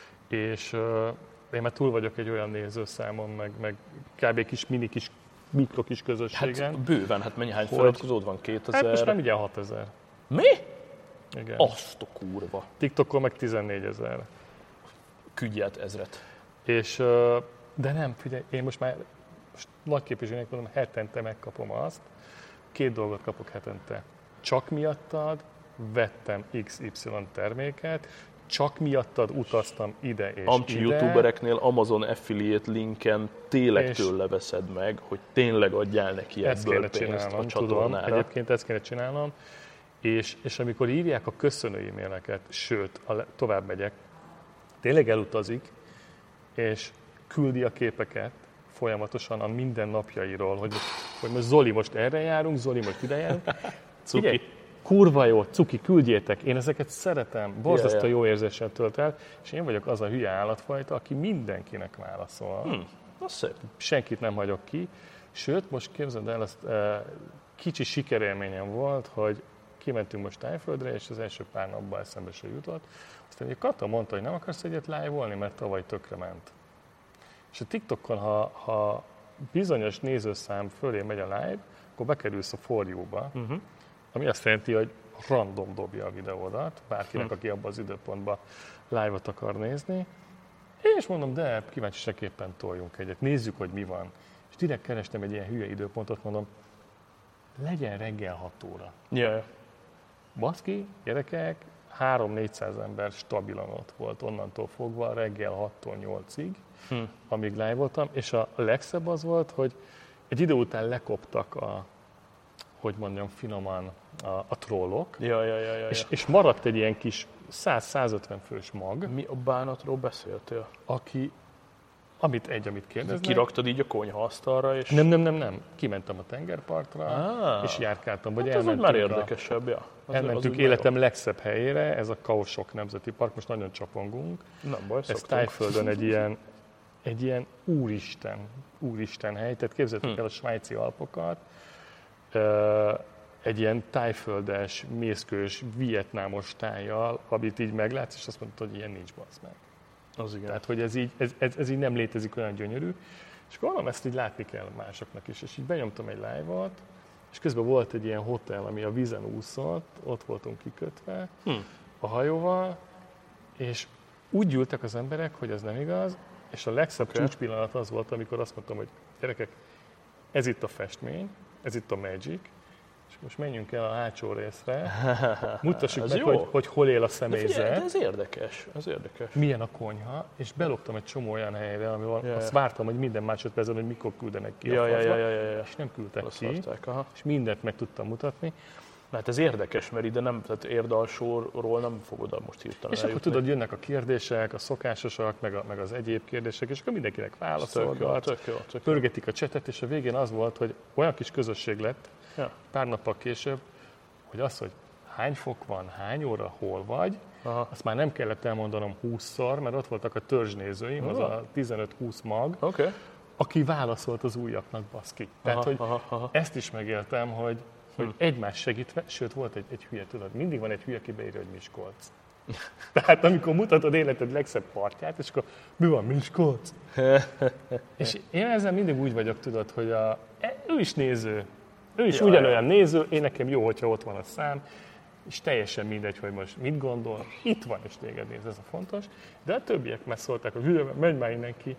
és uh, én már túl vagyok egy olyan nézőszámon, meg, meg kb. Kis mini kis mikro kis közösségen. Hát bőven, hát mennyi hány Hogy- feliratkozód van? kétezer? Hát most már mindjárt hatezer. Mi? Igen. Azt a kurva. TikTokon meg tizennégyezer. Küldját ezret. És, ö, de nem, figyelj, én most már most nagy képviselőnek mondom, hetente megkapom azt, két dolgot kapok hetente. Csak miattad vettem iksz ipszilon terméket, csak miattad utaztam ide és Amcsi ide. youtubereknél Amazon affiliate linken tényleg És- tőle veszed meg, hogy tényleg adjál neki Ezt ebből kéne pénzt csinálnom, a tudom, csatornára. egyébként ezt kéne csinálnom. És, és amikor írják a köszönő e-maileket, sőt, a le, tovább megyek, tényleg elutazik, és küldi a képeket folyamatosan a mindennapjairól, hogy, hogy most Zoli, most erre járunk, Zoli, most ide járunk. Cuki. Figyelj, kurva jó, cuki, küldjétek, én ezeket szeretem, borzasztó Ja, ja. jó érzéssel tölt el, és én vagyok az a hülye állatfajta, aki mindenkinek válaszol. Hm, az szép. Senkit nem hagyok ki. Sőt, most képzeld el, azt, e, kicsi sikerélményem volt, hogy kimentünk most Tájföldre, és az első pár napban eszembe se jutott. Aztán ugye Kata mondta, hogy nem akarsz egyet live-olni, mert tavaly tökre ment. És a TikTokon, ha, ha bizonyos nézőszám fölé megy a live, akkor bekerülsz a For You-ba, uh-huh. ami azt jelenti, hogy random dobja a videódat, bárkinek, uh-huh. aki abban az időpontban live-ot akar nézni. És mondom, de kíváncsiságképpen toljunk egyet, nézzük, hogy mi van. És direkt kerestem egy ilyen hülye időpontot, mondom, legyen reggel hat óra. Ja, ja. Baszki, gyerekek, három-négyszáz ember stabilan ott volt onnantól fogva reggel hattól nyolcig, hm. amíg live voltam, és a legszebb az volt, hogy egy idő után lekoptak a, hogy mondjam finoman, a, a trollok, Ja, ja, ja, ja, és, ja. és maradt egy ilyen kis száz-százötven fős mag, Mi a bánatról beszéltél? aki, amit egy, amit kérdeznek. Kiraktad így a konyhaasztalra, és... Nem, nem, nem, nem. Kimentem a tengerpartra, Ah. és járkáltam, vagy Hát az úgy elmentünk, már a, érdekesebb, ja. Az, elmentünk az életem legszebb helyére, ez a Kaosok Nemzeti Park, most nagyon csapongunk. Nem baj, Ez szoktunk. Tájföldön egy ilyen, egy ilyen úristen, úristen hely, tehát képzeljétek Hm. el a svájci Alpokat, ö, egy ilyen tájföldes, mészkős, vietnámos tájjal, amit így meglátsz, és azt mondod, hogy ilyen nincs, bassz meg. Az igen. Tehát, hogy ez így, ez, ez, ez így nem létezik, olyan gyönyörű. És akkor mondom, ezt így látni kell másoknak is. És így benyomtam egy live-ot, és közben volt egy ilyen hotel, ami a vízen úszott, ott voltunk kikötve Hm. a hajóval, és úgy ültek az emberek, hogy ez nem igaz, és a legszebb Okay. csúcspillanat az volt, amikor azt mondtam, hogy gyerekek, ez itt a festmény, ez itt a Magic, és most menjünk el a hátsó részre, mutassuk Ez meg, jó. hogy, hogy hol él a De figyelj, személyzet. de ez érdekes, ez érdekes. Milyen a konyha, és beloptam egy csomó olyan helyre, amivel Ja, azt ja. vártam, hogy minden másodpercen, hogy mikor küldenek ki Ja, a ja, faszba, ja, ja, ja, ja. és nem küldtek ki, Leszarták, aha. és mindent meg tudtam mutatni. Na, hát ez érdekes, mert ide nem, tehát Érdalsóról nem fogod el most hirtelen És akkor eljutni. tudod, jönnek a kérdések, a szokásosak, meg, a, meg az egyéb kérdések, és akkor mindenkinek Tök jó, válaszolgat, tök jó, tök jó. pörgetik a csetet, és a végén az volt, hogy olyan kis közösség lett, Ja. pár nappal később, hogy az, hogy hány fok van, hány óra, hol vagy, Aha. azt már nem kellett elmondanom húszszor, mert ott voltak a törzsnézőim, az a tizenöt-húsz mag, Oké. Okay. aki válaszolt az újaknak, baszki. Tehát, Aha, hogy aha, aha. ezt is megéltem, hogy, hogy egymás segítve, sőt, volt egy, egy hülye, tudod, mindig van egy hülye, aki beírja, hogy Miskolc. Tehát amikor mutatod életed legszebb partját, és akkor mi van, Miskolc? És én ezzel mindig úgy vagyok, tudod, hogy a, ő is néző, ő is Ja, ugyanolyan néző, én nekem jó, hogyha ott van a szám, és teljesen mindegy, hogy most mit gondol, itt van, és téged néz, ez a fontos. De a többiek már szólták, hogy hülye, menj már innen ki.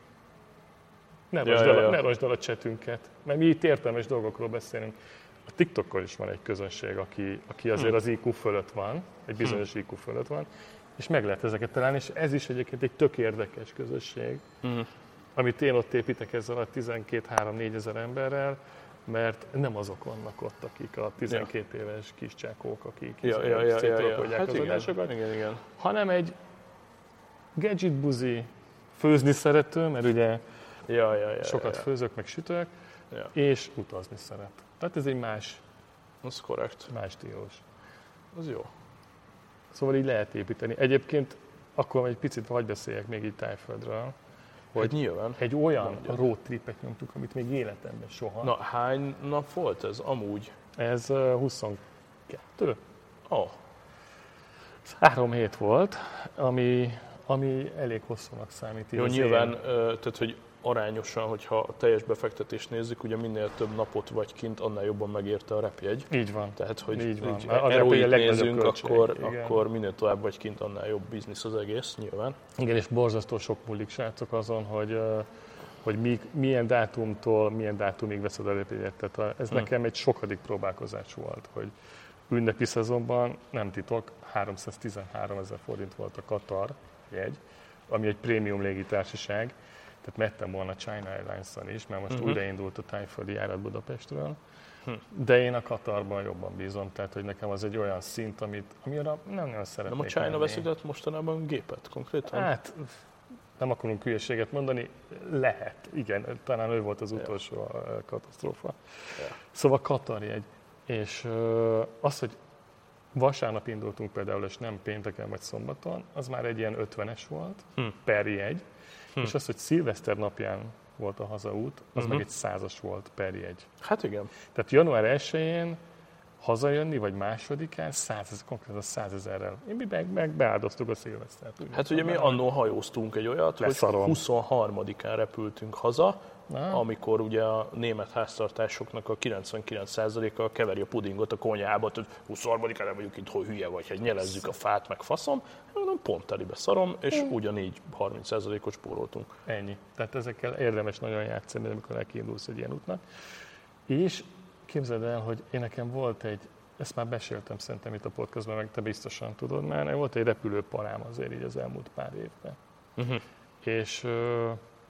Ne Ja, rosd ja, el, ja. ne rosd el a csetünket, mert mi itt értelmes dolgokról beszélünk. A TikTokon is van egy közönség, aki, aki azért az í kú fölött van, egy bizonyos í kú fölött van, és meg lehet ezeket találni, és ez is egyébként egy tök érdekes közösség, Mm. amit én ott építek ezzel a tizenkét-három-négyezer emberrel, mert nem azok vannak ott, akik a tizenkét ja. éves kis csákók, akik ja, ja, ja, szétrolkodják ja, ja. az Hát adásokat, igen, igen. hanem egy gadget buzi, főzni szerető, mert ugye ja, ja, ja, sokat ja. főzök, meg sütök, ja. és utazni szeret. Tehát ez egy más, az korrekt. más stílus. Az jó. Szóval így lehet építeni. Egyébként akkor egy picit hagyj beszéljek még így Tájföldről, hogy hát nyilván. egy olyan road tripet nyomtuk, amit még életemben soha. Na, hány nap volt ez amúgy? Ez uh, huszonkettő. Ó. Oh. Három hét volt, ami, ami elég hosszúnak számít. Jó, nyilván, én... tehát hogy arányosan, hogyha a teljes befektetést nézzük, ugye minél több napot vagy kint, annál jobban megérte a repjegy. Így van. Tehát, hogy így van. er o i-t nézünk, akkor, akkor minél tovább vagy kint, annál jobb biznisz az egész, nyilván. Igen, és borzasztó sok múlik, srácok, azon, hogy, hogy mi, milyen dátumtól, milyen dátumig veszed a repjegyet. Tehát ez hmm. nekem egy sokadik próbálkozás volt, hogy ünnepi szezonban, nem titok, háromszáztizenháromezer forint volt a Qatar jegy, ami egy prémium légitársaság. Tehát mettem volna a China Airlines-on is, mert most uh-huh. újraindult a tájföldi járat Budapestről. Uh-huh. De én a Qatarban jobban bízom, tehát hogy nekem az egy olyan szint, amit, amire nem nagyon szeretnék. Nem a China veszített mostanában gépet konkrétan? Hát nem akarunk hülyeséget mondani, lehet, igen, talán ő volt az utolsó ja. katasztrófa. Ja. Szóval Qatar jegy. És az, hogy vasárnap indultunk például, és nem pénteken vagy szombaton, az már egy ilyen ötvenes volt hm. per jegy. Hm. És az, hogy szilveszter napján volt a hazaút, az uh-huh. meg egy százas volt per jegy. Hát igen. Tehát január elsején hazajönni, vagy másodikán, százezer, konkrétan százezerrel. Mi meg, meg beáldoztuk a szilvesztert. Hát ugye mi annól hajóztunk egy olyat, leszarom. Hogy huszonharmadikán repültünk haza, Na. amikor ugye a német háztartásoknak a kilencvenkilenc százaléka keveri a pudingot a konyhába, tehát huszonharmadikán nem vagyunk itt, hogy hülye vagy, hogy nyelezzük a fát, meg faszom, hanem pont telibe szarom, és mm. ugyanígy harminc százalékos spóroltunk. Ennyi. Tehát ezekkel érdemes nagyon játszani, amikor elkiindulsz egy ilyen útnak. És képzeld el, hogy én nekem volt egy, ezt már beséltem szerintem itt a podcastban, meg te biztosan tudod már, volt egy repülőparám azért így az elmúlt pár évben. Uh-huh. És ö,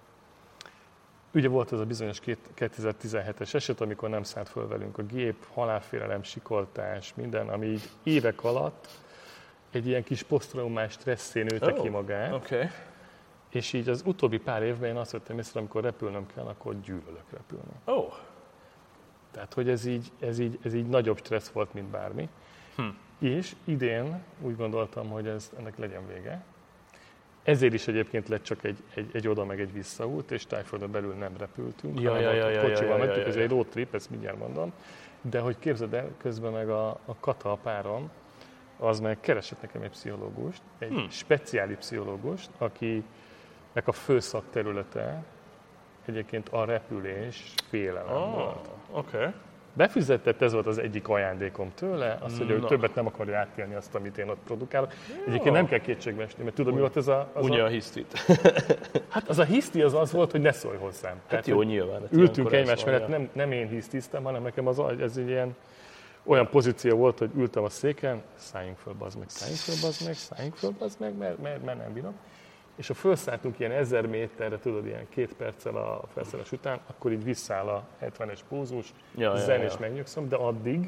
ugye volt ez a bizonyos kétezer-tizenhetes eset, amikor nem szállt föl velünk a gép, halálfélelem, sikoltás, minden, ami így évek alatt egy ilyen kis posztraumás stresszé nőtte oh, ki magát. Okay. És így az utóbbi pár évben én azt vettem észre, amikor repülnöm kell, akkor gyűlölök repülni. Oh. Tehát, hogy ez így, ez, így, ez így nagyobb stressz volt, mint bármi. Hm. És idén úgy gondoltam, hogy ez, ennek legyen vége. Ezért is egyébként lett csak egy, egy, egy oda meg egy visszaút, és Tájföldön belül nem repültünk, ja, hanem ja, ja, kocsival ja, ja, mentünk, ja, ez ja. egy road trip, ezt mindjárt mondom. De hogy képzeld el, közben meg a, a Kata párom, az meg keresett nekem egy pszichológust, egy hm. speciális pszichológust, akinek a fő szakterülete egyébként a repülés félelem oh, volt. Okay. Befizetett, ez volt az egyik ajándékom tőle, azt, hogy no. ő többet nem akarja átélni azt, amit én ott produkálok. Egyébként nem kell kétségbe esni, mert tudod, mi volt ez a... Unja a, a hisztit. Hát az a hiszti az az volt, hogy ne szólj hozzám. Hát Tehát, jó, nyilván. Hát ültünk egymás mellett, nem, nem én hisztiztem, hanem nekem az, ez egy ilyen olyan pozíció volt, hogy ültem a széken, szálljunk föl, bazd meg, szálljunk föl, bazd meg, szálljunk föl, bazd meg, mert, mert, mert nem bírom. És ha felszálltunk ilyen ezer méterre, tudod, ilyen két perccel a felszállás után, akkor így visszáll a hetvenes pulzus, ja, zen ja, és ja. megnyugszom, de addig,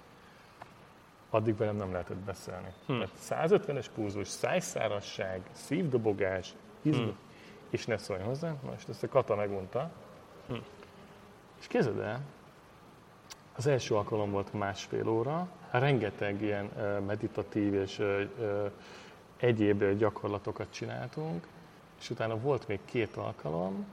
addig velem nem lehetett beszélni. Hm. Mert százötvenes pulzus, szájszárasság, szívdobogás, izm, hm. és ne szólj hozzá, most ezt a Kata megmondta. Hm. És képzeld el, az első alkalom volt másfél óra, rengeteg ilyen meditatív és egyéb gyakorlatokat csináltunk, és utána volt még két alkalom.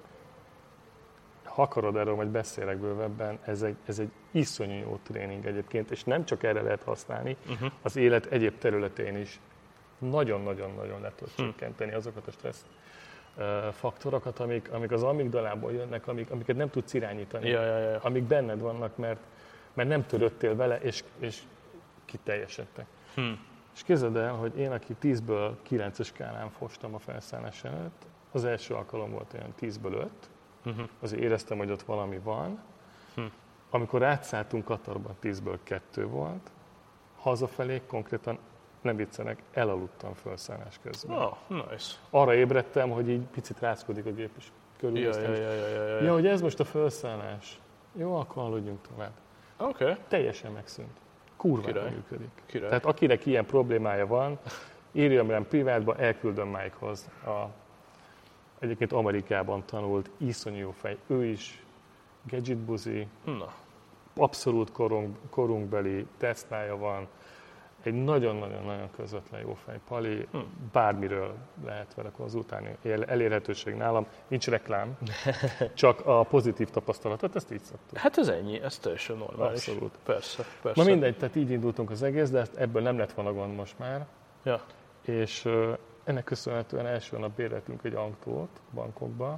Ha akarod, erről majd beszélek bővebben, ez egy, ez egy iszonyú jó tréning egyébként, és nem csak erre lehet használni, uh-huh. az élet egyéb területén is nagyon-nagyon-nagyon le tud csökkenteni uh-huh. azokat a stressz uh, faktorokat, amik, amik az amigdalából jönnek, amik, amiket nem tudsz irányítani, ja, ja, ja. amik benned vannak, mert, mert nem törődtél vele, és, és kiteljesedtek. Hmm. És képzeld el, hogy én, aki tízből kilences skálán fostam a felszállás előtt, az első alkalom volt olyan tízből öt, uh-huh. azért éreztem, hogy ott valami van. Uh-huh. Amikor átszálltunk Katarban, tízből kettő volt, hazafelé konkrétan, nem viccelek, elaludtam felszállás közben. Oh, nice. Arra ébredtem, hogy így picit rászkodik a gép is körül. Ja, ja, ja, ja, ja, ja. ja, hogy ez most a felszállás. Jó, akkor aludjunk tovább. Oké. Okay. Teljesen megszűnt. Kurva nem működik. Király. Tehát akinek ilyen problémája van, írjam rám privátba, elküldöm Mikehoz. A, egyébként Amerikában tanult, iszonyú jó fej. Ő is gadgetbuzi, Na. abszolút korunk, korunkbeli Teslája van. Egy nagyon-nagyon-nagyon közvetlen jó fej Pali, hm. bármiről lehet vele konzultálni. Elérhetőség nálam, nincs reklám, csak a pozitív tapasztalatot, ezt így szoktuk. Hát ez ennyi, ez teljesen normális. Abszolút. Persze, persze. Na mindegy, tehát így indultunk az egész, de ebből nem lett volna gond most már. Ja. És ennek köszönhetően első nap béreltünk egy autót Bangkokba,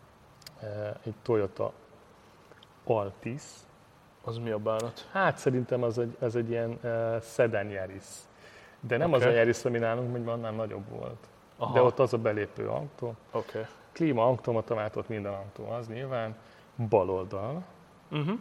egy Toyota Altis. Az mi a bánat? Hát szerintem az egy, az egy ilyen uh, sedan Yaris. De nem Okay. az a Yaris, ami nálunk, hogy annál nagyobb volt. Aha. De ott az a belépő autó. Oké. Okay. Klíma, automata, ott minden autó az nyilván. Bal oldal. Uh-huh.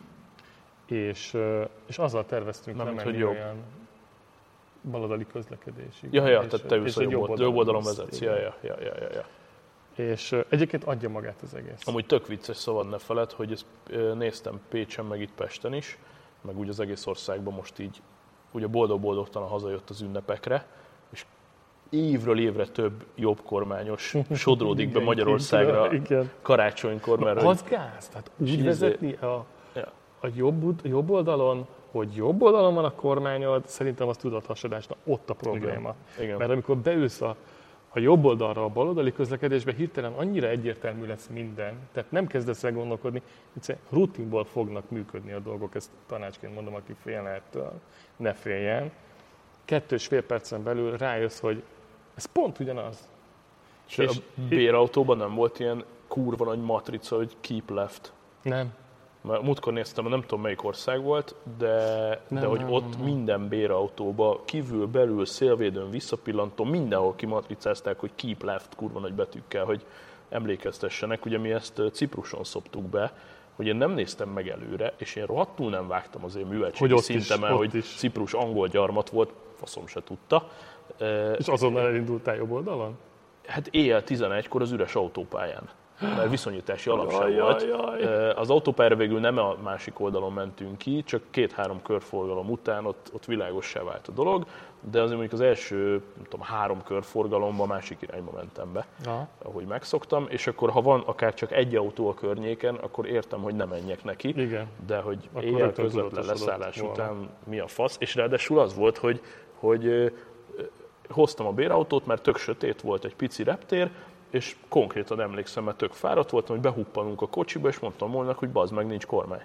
És, uh, és azzal terveztünk nem, lemenni olyan baloldali közlekedésig. Ja, ja, és, tehát te ülsz a jobb, jobb, jobb oldalon vezetsz. Ja, ja, ja, ja, ja. És uh, egyébként adja magát az egész. Amúgy tök vicces, szabad ne feled, hogy ezt uh, néztem Pécsen, meg itt Pesten is, meg úgy az egész országban most így, ugye boldog-boldogtalan hazajött az ünnepekre, és évről évre több jobb kormányos sodródik be Magyarországra igen. karácsonykor. Mert az hogy... gáz, tehát úgy vezetni a, ja. a jobb, jobb oldalon, hogy jobb oldalon van a kormányod, szerintem az tudathasadás, na ott a probléma. Igen. Igen. Mert amikor beülsz a, a jobb oldalra, a baloldali közlekedésbe, hirtelen annyira egyértelmű lesz minden, tehát nem kezdesz el gondolkodni, egyszerűen rutinból fognak működni a dolgok, ezt tanácsként mondom, aki félne ettől, ne féljen. Kettő és fél percen belül rájössz, hogy ez pont ugyanaz. És, és a bérautóban nem volt ilyen kurva nagy matrica, hogy keep left? Nem. Mert múltkor néztem, nem tudom melyik ország volt, de, nem, de hogy nem, ott nem. minden bérautóba kívül, belül, szélvédőn, visszapillantó, mindenhol kimatricázták, hogy keep left kurva nagy betűkkel, hogy emlékeztessenek. Ugye mi ezt Cipruson szoptuk be, hogy én nem néztem meg előre, és én rohadtul nem vágtam az én műveltségi szintemen, hogy is. Ciprus angol gyarmat volt, faszom se tudta. És azonnal elindultál jobb oldalon? Hát éjjel tizenegykor az üres autópályán, mert viszonyítási alap sem jaj, volt. Jaj, jaj. Az autópályára végül nem a másik oldalon mentünk ki, csak két-három körforgalom után ott, ott világossá vált a dolog, de azért mondjuk az első nem tudom, három körforgalomban másik irányba mentem be, Aha. ahogy megszoktam, és akkor ha van akár csak egy autó a környéken, akkor értem, hogy nem menjek neki, igen. de hogy akkor éjjel közvetlen leszállás után mi a fasz, és ráadásul az volt, hogy, hogy hoztam a bérautót, mert tök sötét volt, egy pici reptér, és konkrétan emlékszem, mert tök fáradt voltam, hogy behuppanunk a kocsiba, és mondtam volna, hogy bazd meg, nincs kormány.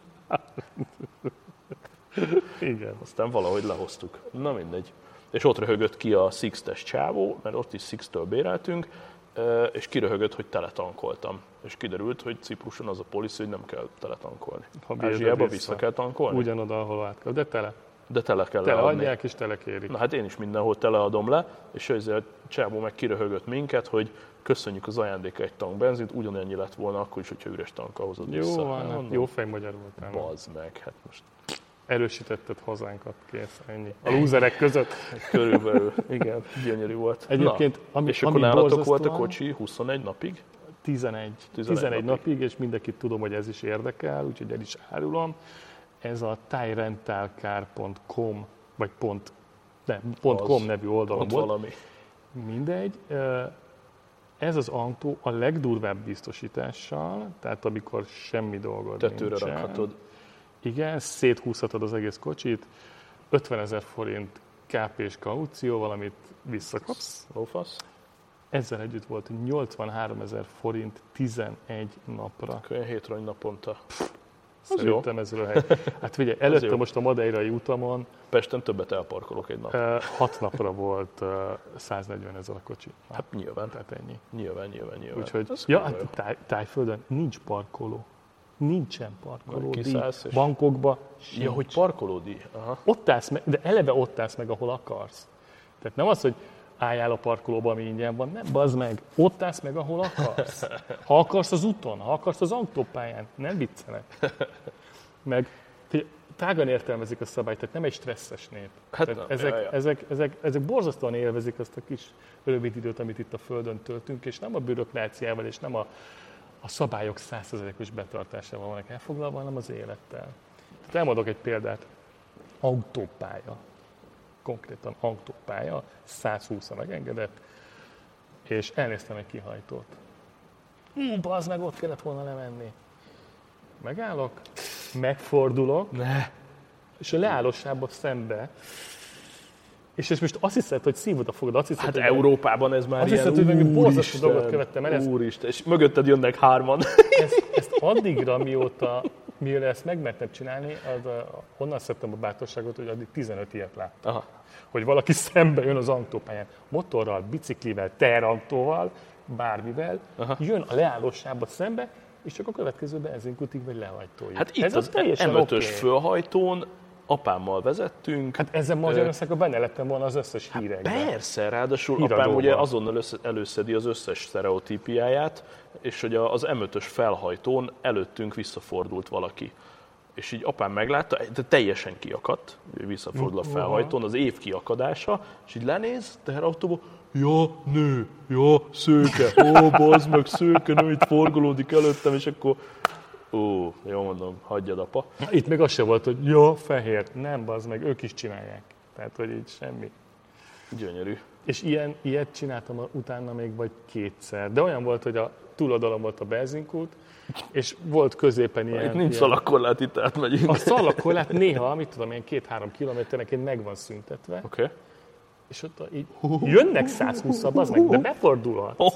Igen. Aztán valahogy lehoztuk. Na mindegy. És ott röhögött ki a Sixt-es csávó, mert ott is Sixt-től béreltünk, és kiröhögött, hogy teletankoltam. És kiderült, hogy Cipruson az a policy, hogy nem kell teletankolni. Ázsiába vissza. vissza kell tankolni. Ugyanoda, ahol át kell, de tele. De tele kell tele leadni. adják és tele kérik. Na hát én is mindenhol teleadom le, és ezzel a csávó meg kiröhögött minket, hogy köszönjük az ajándéka egy tank benzint, ugyanannyi lett volna akkor is, hogyha üres tankkal hozod jó vissza. Van, hát jó fej magyar voltál. Bazd meg, hát most... Erősítetted hazánkat, kész, ennyi. A lúzerek között. Körülbelül, igen, gyönyörű volt. Egyébként, Na, ami, és akkor nálatok volt a kocsi huszonegy napig? tizenegy. tizenegy, tizenegy napig. napig, és mindenkit tudom, hogy ez is érdekel, úgyhogy el is árulom. Ez a thairentalcar pont com, vagy pont, nem, .com nevű oldalon volt. Valami. Mindegy. Ez az autó a legdurvább biztosítással, tehát amikor semmi dolgod Tetőre nincsen. rakhatod. Igen, széthúzhatod az egész kocsit, ötvenezer forint ká pés kaucióval, amit visszakapsz. Lófasz. Ezzel együtt volt nyolcvanháromezer forint tizenegy napra. Akkor olyan hét rongy naponta. Szerintem ez a hely. Hát figyelj, előtte most a madeirai utamon Pesten többet elparkolok egy nap. hat napra volt száznegyven ezer a kocsi. Hát nyilván. Tehát ennyi. Nyilván, nyilván, nyilván. Úgyhogy, ja, hát táj, Tájföldön nincs parkoló. Nincsen parkolódíj. Bankokba sincs. Ja, hogy parkolódíj. Aha. Ott állsz meg, de eleve ott állsz meg, ahol akarsz. Tehát nem az, hogy álljál a parkolóba, ami ingyen van. Nem, bazd meg. Ott állsz meg, ahol akarsz. Ha akarsz az úton, ha akarsz az autópályán. Nem viccelek. Meg tágan értelmezik a szabályt, tehát nem egy stresszes nép. Hát nem, ja, ezek, ja. Ezek, ezek, ezek borzasztóan élvezik azt a kis rövid időt, amit itt a Földön töltünk, és nem a bürokráciával, és nem a a szabályok száz százalékos betartásával vannak elfoglalva, hanem az élettel. Tehát elmondok egy példát. Autópálya. Konkrétan autópálya, száz húszra megengedett, és elnéztem egy kihajtót. Hú, bazd meg, ott kellett volna lemenni. Megállok, megfordulok, Ne. és a leállósába szembe, és, és most azt hiszed, hogy szívod a fogad, azt hiszed, Hát hogy Európában ez már azt ilyen, hiszed, hogy meg borzasztó úristen, dolgot követtem el. Ez, úristen, és mögötted jönnek hárman. ezt, ezt addigra, mióta, mióta ezt megmertem csinálni, az a, onnan szedtem a bátorságot, hogy addig tizenöt ilyet láttam. Aha. Hogy valaki szembe jön az autópályán, motorral, biciklivel, teherautóval, bármivel, Aha. jön a leállósába szembe, és csak a következő benzinkutig vagy lehajtóig. Hát itt ez az teljesen em ötös oké. fölhajtón apámmal vezettünk. Hát ezzel Magyarországon benne lettem volna az összes hírekben. Persze, ráadásul Híradóban. apám ugye azonnal össze, előszedi az összes sztereotípiáját, és hogy az em ötös felhajtón előttünk visszafordult valaki. És így apám meglátta, de teljesen kiakadt, visszafordul a felhajtón, az év kiakadása, és így lenéz teherautóból, ja, nő, ja, szőke, ó, bazd meg, szőke, nő, itt forgolódik előttem, és akkor, ó, jó mondom, hagyjad apa. Itt még az se volt, hogy jó, fehér. Nem, bazd meg, ők is csinálják. Tehát, hogy így semmi. Gyönyörű. És ilyen, ilyet csináltam utána még vagy kétszer. De olyan volt, hogy a túloldalon volt a benzinkút, és volt középen ilyen... Itt nincs ilyen, szalagkorlát, itt átmegyünk. a szalagkorlát néha, mit tudom, ilyen két-három kilométerenként meg van szüntetve, Oké. Okay. és ott így jönnek száz húsz-szal, bazd meg, de befordulhatsz.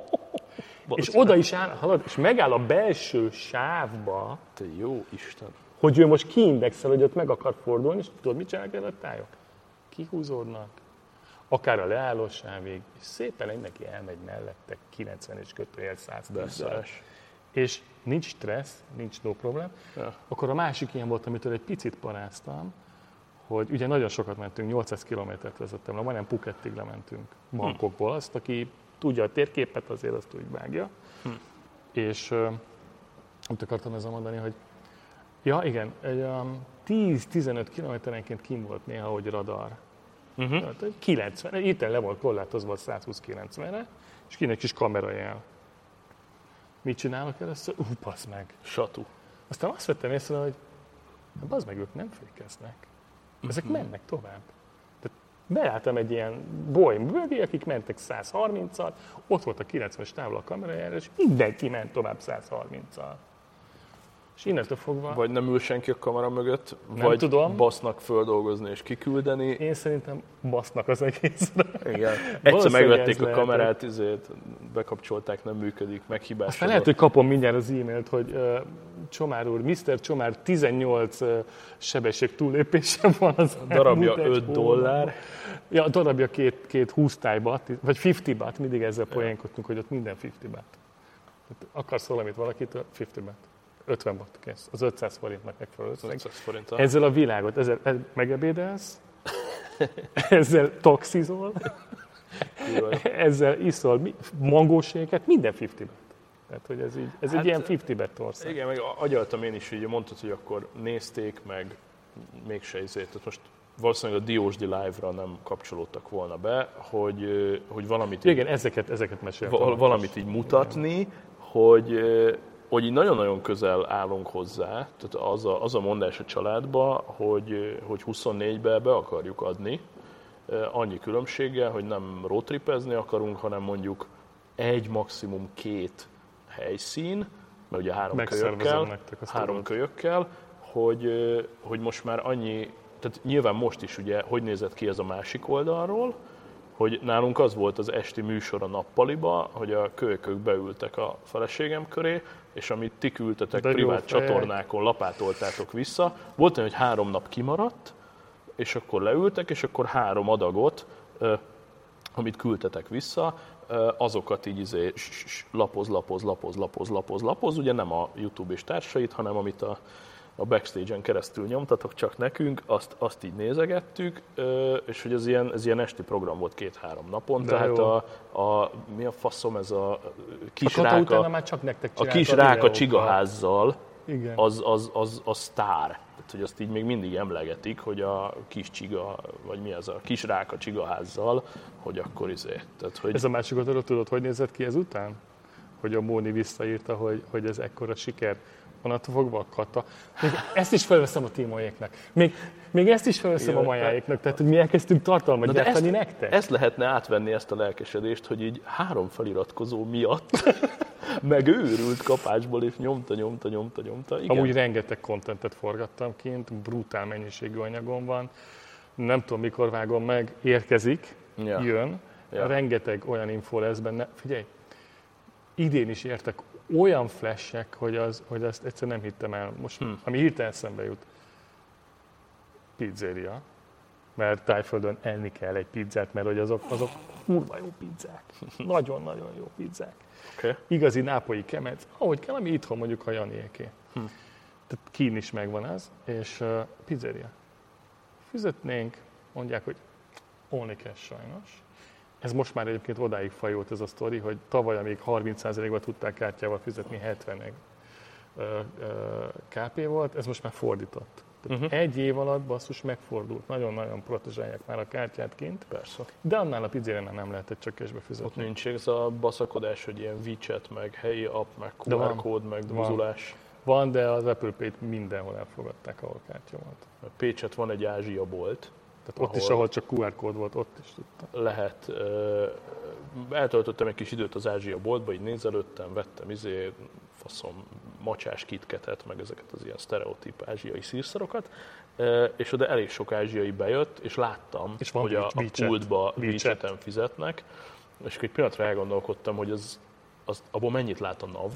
És oda is áll, halad, és megáll a belső sávba, Te jó Isten. hogy ő most kiindexel, hogy ott meg akar fordulni, és tudod, mit csinálnak el a tájok? Kihúzódnak, akár a leállósávig, és szépen mindenki elmegy mellette kilencvenes kötőjel száz húsz. És nincs stressz, nincs no problem. Ja. Akkor a másik ilyen volt, amitől egy picit paráztam, hogy ugye nagyon sokat mentünk, nyolcszáz kilométert vezettem le, majdnem Phukettig lementünk Bangkokból. Azt, aki tudja a térképet, azért azt úgy vágja. Hm. És uh, amit akartam ezzel mondani, hogy ja igen, egy um, tíz-tizenöt kilométerenként kim volt néha, hogy radar. Uh-huh. Tehát, kilencven, itt le volt korlátozva száz húsz kilencvenre, és kinek kis kamerajel. Mit csinálok először? Ú, bassz meg. Satú. Aztán azt vettem észre, hogy bassz meg, ők nem fékeznek. Ezek uh-huh. mennek tovább. Tehát beálltam egy ilyen Boeing mögé, akik mentek száz harminccal, ott volt a kilencvenes távol a kamerajára, és mindenki ment tovább száz harminccal. És innentől fogva... Vagy nem ül senki a kamera mögött, nem vagy tudom. basznak földolgozni és kiküldeni. Én szerintem basznak az egészre. Igen. Egyszer megvették a kamerát, izét, bekapcsolták, nem működik, meghibásodott. Aztán lehet, hogy kapom mindjárt az e-mailt, hogy uh, Csomár úr, miszter Csomár tizennyolc uh, sebesség túllépése van az a darabja öt öt dollár. Ja, a darabja két, két húsz tájbat, vagy ötven bat, mindig ezzel poénkodtunk, hogy ott minden ötven bat. Akarsz valamit valakitől? ötven bat. ötven bat kész. Az ötszáz forintnak megfelelő összeg. Ezzel a világot, ezzel megebédelsz, ezzel taxizol, ezzel iszol mangóséget, minden ötven bat. Tehát, hogy ez, így, ez hát, egy ilyen ötven bat ország. Igen, meg agyaltam én is, így mondtad, hogy akkor nézték, meg mégse izét. Tehát most valószínűleg a Diósdi Live-ra nem kapcsolódtak volna be, hogy, hogy valamit... Igen, így, ezeket, ezeket meséltem. Val- valamit így mutatni, hogy... hogy így nagyon-nagyon közel állunk hozzá, tehát az a, az a mondás a családba, hogy, hogy huszonnégybe be akarjuk adni, annyi különbséggel, hogy nem roadtripezni akarunk, hanem mondjuk egy, maximum két helyszín, mert ugye három kölyökkel, három kölyökkel, hogy, hogy most már annyi, tehát nyilván most is ugye, hogy nézett ki ez a másik oldalról, hogy nálunk az volt az esti műsor a nappaliba, hogy a kölykök beültek a feleségem köré, és amit ti küldtetek de privát csatornákon, lapátoltátok vissza. Volt olyan, hogy három nap kimaradt, és akkor leültek, és akkor három adagot, amit küldtetek vissza, azokat így izé, lapoz, lapoz, lapoz, lapoz, lapoz, lapoz, ugye nem a YouTube és társait, hanem amit a a backstage-en keresztül nyomtatok csak nekünk, azt, azt így nézegettük, és hogy ez ilyen, ez ilyen esti program volt két-három napon, de tehát a, a, mi a faszom, ez a kis a rák a, már csak nektek a kis rák a csigaházzal, igen. az, az, az, az sztár. Tehát, hogy azt így még mindig emlegetik, hogy a kis csiga, vagy mi az a kis rák a csigaházzal, hogy akkor izé. Tehát, hogy... Ez a másik oldalról tudod, hogy nézett ki ezután? hogy a Móni visszaírta, hogy, hogy ez ekkora siker. Onnantól fogva a Kata. Még ezt is felveszem a Timoéknak. Még, még ezt is felveszem a Majáéknak. Tehát, hogy mi elkezdtünk tartalmat gyártani ezt, nektek. Ezt lehetne átvenni, ezt a lelkesedést, hogy így három feliratkozó miatt megőrült kapásból, és nyomta, nyomta, nyomta, nyomta. Igen. Amúgy rengeteg kontentet forgattam kint, brutál mennyiségű anyagom van. Nem tudom, mikor vágom meg, érkezik, ja. jön. Ja. Rengeteg olyan info lesz benne. Figyelj, idén is értek olyan flashek, hogy, az, hogy azt egyszer nem hittem el. Most, hmm. ami hirtelen eszembe jut. Pizzeria. Mert Tájföldön enni kell egy pizzát, mert hogy azok, azok kurva jó pizzák. Nagyon-nagyon jó pizzák. Okay. Igazi nápolyi kemenc, ahogy kell, ami itthon mondjuk a Janiéké. Hmm. Tehát kín is megvan ez, és uh, pizzeria. Fizetnénk, mondják, hogy only cash sajnos. Ez most már egyébként odáig fajult ez a sztori, hogy tavaly, amíg harminc százalékban tudták kártyával fizetni, hetven ká pé volt, ez most már fordított. Tehát uh-huh. egy év alatt basszus megfordult. Nagyon-nagyon protezsálják már a kártyát kint. Persze. De annál a pizzériánál nem lehetett csak cashbe fizetni. Ott nincs ez a baszakodás, hogy ilyen WeChat, meg helyi app, meg kú er kód, meg buzulás. Van. van, de az Apple Pay-t mindenhol elfogadták, ahol kártya volt. A Pécset van egy Ázsia bolt. Tehát ott is, ahol csak kú er kód volt, ott is tudtam. Lehet. Uh, eltöltöttem egy kis időt az Ázsia boltba, így nézelődtem, vettem izé, faszom, macsás kitketet, meg ezeket az ilyen sztereotíp ázsiai szírszarokat, uh, és oda elég sok ázsiai bejött, és láttam, és hogy a, a pultba WeChat-en fizetnek, és egy pillanatra elgondolkodtam, hogy az, az, abból mennyit lát a NAV.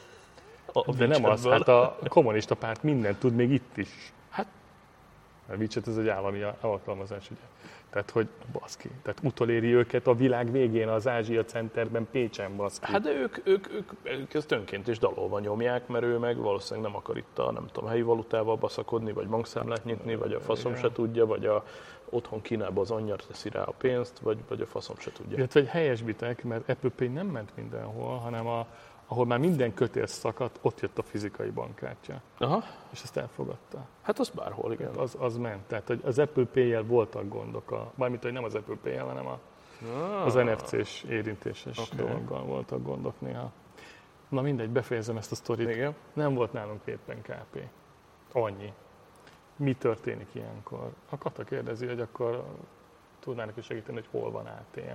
A De nem az, hát a kommunista párt mindent tud, még itt is. Hát, a WeChat ez egy állami alkalmazás, ugye. Tehát, hogy baszki, tehát utoléri őket a világ végén az Ázsia Centerben Pécsen, baszki. Hát de ők, ők, ők, ők ezt önként is dalolva nyomják, mert ő meg valószínűleg nem akar itt a nem tudom, helyi valutával baszakodni, vagy bankszámlát nyitni, vagy a faszom se tudja, vagy a otthon Kínában az anyja teszi rá a pénzt, vagy, vagy a faszom se tudja. Illetve egy helyesbitek, mert Apple Pay nem ment mindenhol, hanem a, ahol már minden kötél szakadt, ott jött a fizikai bankkártya. Aha. És ezt elfogadta. Hát az bárhol, igen. Az, az ment. Tehát hogy az Apple Pay-jel voltak gondok, a, mármint, hogy nem az Apple Pay-jel, hanem a, ah. az en ef cés érintéses okay. dologgal voltak gondok néha. Na mindegy, befejezem ezt a sztorit. Igen. Nem volt nálunk éppen ká pé. Annyi. Mi történik ilyenkor? A Kata kérdezi, hogy akkor tudnának is segíteni, hogy hol van á té em.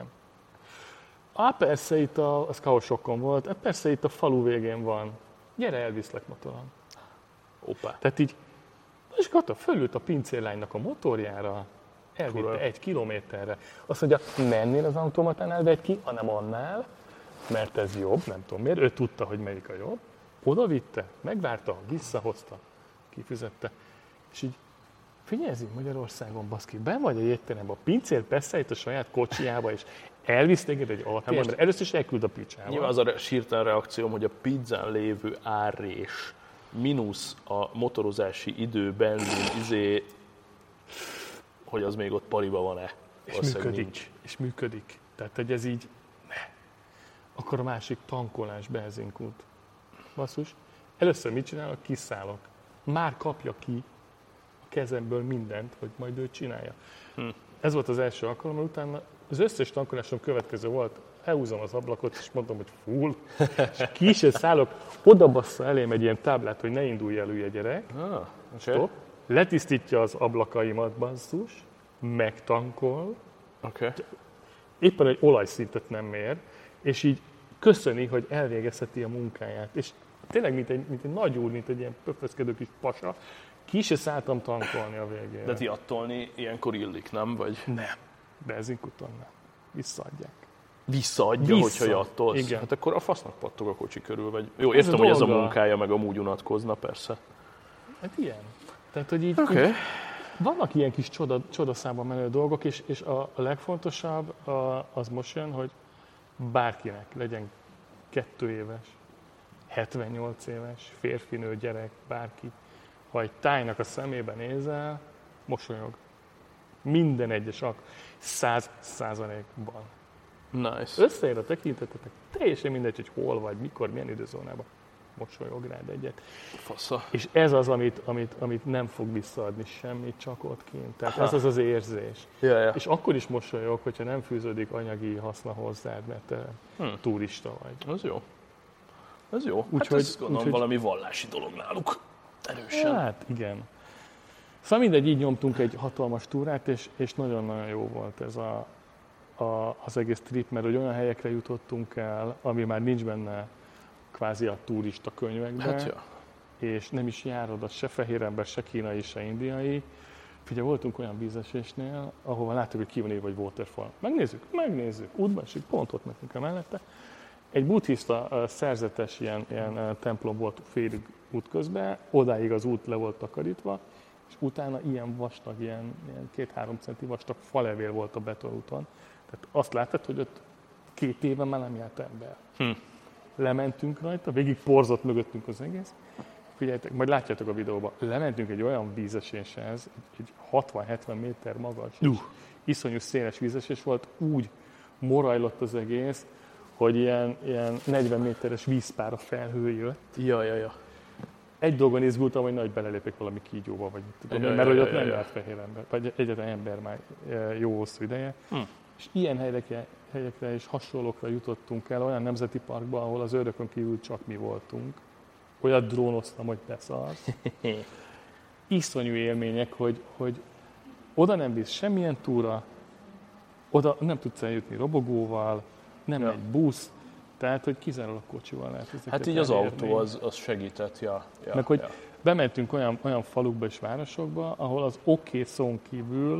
Á, persze itt a, az kaosokkon volt, persze itt a falu végén van. Gyere, elviszlek motoron. Opa. Tehát így, és Kata fölült a pincérlánynak a motorjára, elvitte Kura. egy kilométerre. Azt mondja, mennél az automatánál, vedd ki, hanem annál, mert ez jobb, nem tudom miért. Ő tudta, hogy melyik a jobb. Oda vitte, megvárta, visszahozta, kifizette. És így, figyelj, Magyarországon, baszki, benn vagy a jégteremben, a pincér beszélt a saját kocsijába, és elvisz téged egy á té emre, először is elküld a picsába. Nyilván az a sírtán reakcióm, hogy a pizzán lévő árrés mínusz a motorozási idő, benzin, izé, hogy az még ott pariba van-e. És működik, nincs. és működik. Tehát, hogy ez így, ne. Akkor a másik tankolás, benzinkút. Basszus, először mit csinálok? Kiszállok. Már kapja ki a kezemből mindent, hogy majd ő csinálja. Hm. Ez volt az első alkalom, utána az összes tankolásom következő volt, elhúzom az ablakot, és mondom, hogy full, és ki is szállok, oda bassza elém egy ilyen táblát, hogy ne indulj el, ugye gyerek, ah, stop, letisztítja az ablakaimat, basszus, megtankol, okay. éppen egy olajszintet nem mér, és így köszöni, hogy elvégezheti a munkáját, és tényleg, mint egy, mint egy nagy úr, mint egy ilyen pöföszkedő kis pasa, ki se szálltam tankolni a végén. De ti attolni ilyenkor illik, nem? Vagy? Nem. Benzinkuton nem. Visszaadják. Visszaadja, Vissza. hogyha jattolsz? Igen. Hát akkor a fasznak pattog a kocsi körül. Vagy... Jó, értem, ez hogy ez a munkája, meg amúgy unatkozna, persze. Hát ilyen. Tehát, hogy így, okay. így vannak ilyen kis csoda, csodaszámban menő dolgok, és, és a, a legfontosabb a, az most jön, hogy bárkinek legyen kettő éves, hetvennyolc éves, férfi, nő, gyerek, bárki, ha egy tájnak a szemébe nézel, mosolyog. Minden egyes ak, száz százalékban. Nice. Összeér a tekintetetek, teljesen mindegy, hogy hol vagy, mikor, milyen időzónában. Mosolyog rád egyet. Fasza. És ez az, amit, amit, amit nem fog visszaadni semmit, csak ott kint. Tehát ha. ez az az érzés. Ja, ja. És akkor is mosolyog, hogyha nem fűződik anyagi haszna hozzád, mert te hmm. turista vagy. Az jó. Ez jó. Úgy, hát hogy, ez gondolom úgy, valami vallási dolog náluk. Erősen. Hát igen. Szóval mindegy, így nyomtunk egy hatalmas túrát, és, és nagyon-nagyon jó volt ez a, a, az egész trip, mert hogy olyan helyekre jutottunk el, ami már nincs benne kvázi a turista könyvekben, Hát ja. és nem is járod az se fehér ember, se kínai, se indiai. Figyelj, voltunk olyan vízesésnél, ahova láttuk, hogy ki van írva, hogy waterfall. Megnézzük, megnézzük, útban esik, pont ott nekünk a mellette. Egy buddhista uh, szerzetes ilyen, ilyen uh, templom volt félig útközben, odáig az út le volt takarítva, és utána ilyen vastag, ilyen, ilyen két-három centi vastag falevél volt a betonúton. Tehát azt láttad, hogy ott két éve már nem járt ember. Hm. Lementünk rajta, végig porzott mögöttünk az egész. Figyeljetek, majd látjátok a videóban, lementünk egy olyan vízeséshez, egy hatvan-hetven méter magas, uh. iszonyú széles vízesés volt, úgy morajlott az egész, hogy ilyen, ilyen negyven méteres vízpár felhő jött. Ja, ja, ja. Egy dolgon izgultam, hogy nagy belelépek valami kígyóba, vagy tudom, ja, mert ja, hogy ott ja, nem ja. járt fehér ember, vagy egyetlen ember már jó hosszú ideje. Hm. És ilyen helyekre, helyekre és hasonlókra jutottunk el, olyan nemzeti parkban, ahol az őrökön kívül csak mi voltunk. Olyat drónoztam, hogy beszarsz. Iszonyú élmények, hogy, hogy oda nem bíz semmilyen túra, oda nem tudsz eljutni robogóval, nem ja. egy busz, tehát, hogy kizárólag kocsival lehet ezeket Hát így az elérni. autó az, az segített, ja. ja Meg hogy ja. bementünk olyan, olyan falukba és városokba, ahol az oké szón kívül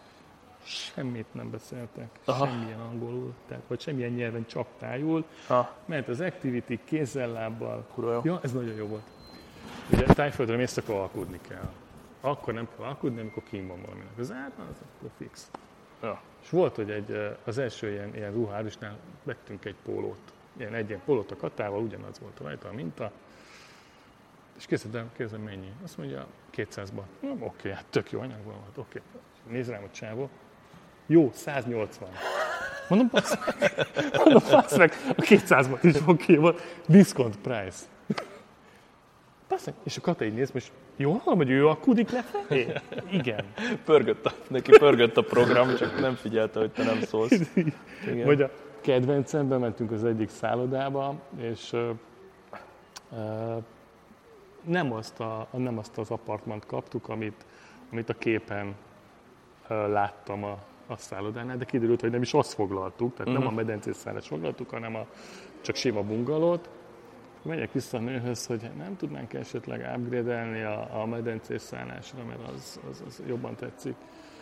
semmit nem beszéltek, Aha. semmilyen angolul, tehát, vagy semmilyen nyelven, csak tájul, ha. mert az activity kézzel, lábbal, Kurva jó. Ja, ez nagyon jó volt. Ugye Tájföldre mész, akkor alkudni kell. Akkor nem kell alkudni, amikor kín van valaminek az árban, az akkor fix. Ja. És volt, hogy egy, az első ilyen, ilyen ruhárusnál vettünk egy pólót, ilyen egy ilyen pólót a katával, ugyanaz volt rajta a minta, és kérdezem, kérdezem mennyi? Azt mondja, kétszáz baht. Oké, okay, hát tök jó anyagban volt, oké. Okay. Nézd rám a csávó. Jó, száznyolcvan. Mondom, passz meg, mondom, passz meg, a kétszáz baht is oké volt, discount price. Passz meg, és a Kata így néz, most jól hallom, hogy ő alkudik lefelé? Igen. Pörgött a, neki pörgött a program, csak nem figyelte, hogy te nem szólsz. Igen. Vagy a kedvencemben mentünk az egyik szállodába, és uh, uh, nem, azt a, nem azt az apartmant kaptuk, amit, amit a képen uh, láttam a, a szállodánál, de kiderült, hogy nem is azt foglaltuk, tehát uh-huh. nem a medencés szállást foglaltuk, hanem a, csak sima bungalót. Megyek vissza a nőhöz, hogy nem tudnánk esetleg upgrade-elni a, a medencés szállásra, mert az, az, az jobban tetszik.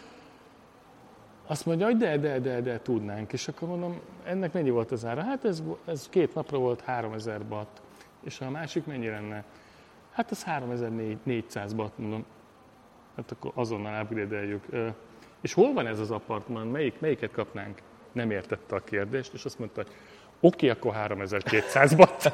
Azt mondja, hogy de, de, de, de, tudnánk. És akkor mondom, ennek mennyi volt az ára? Hát ez, ez két napra volt háromezer baht. És a másik mennyi lenne? Hát az háromezer-négyszáz baht, mondom. Hát akkor azonnal upgrade-eljük. És hol van ez az apartman? Melyik, melyiket kapnánk? Nem értette a kérdést, és azt mondta, hogy oké, okay, akkor háromezer-kétszáz baht.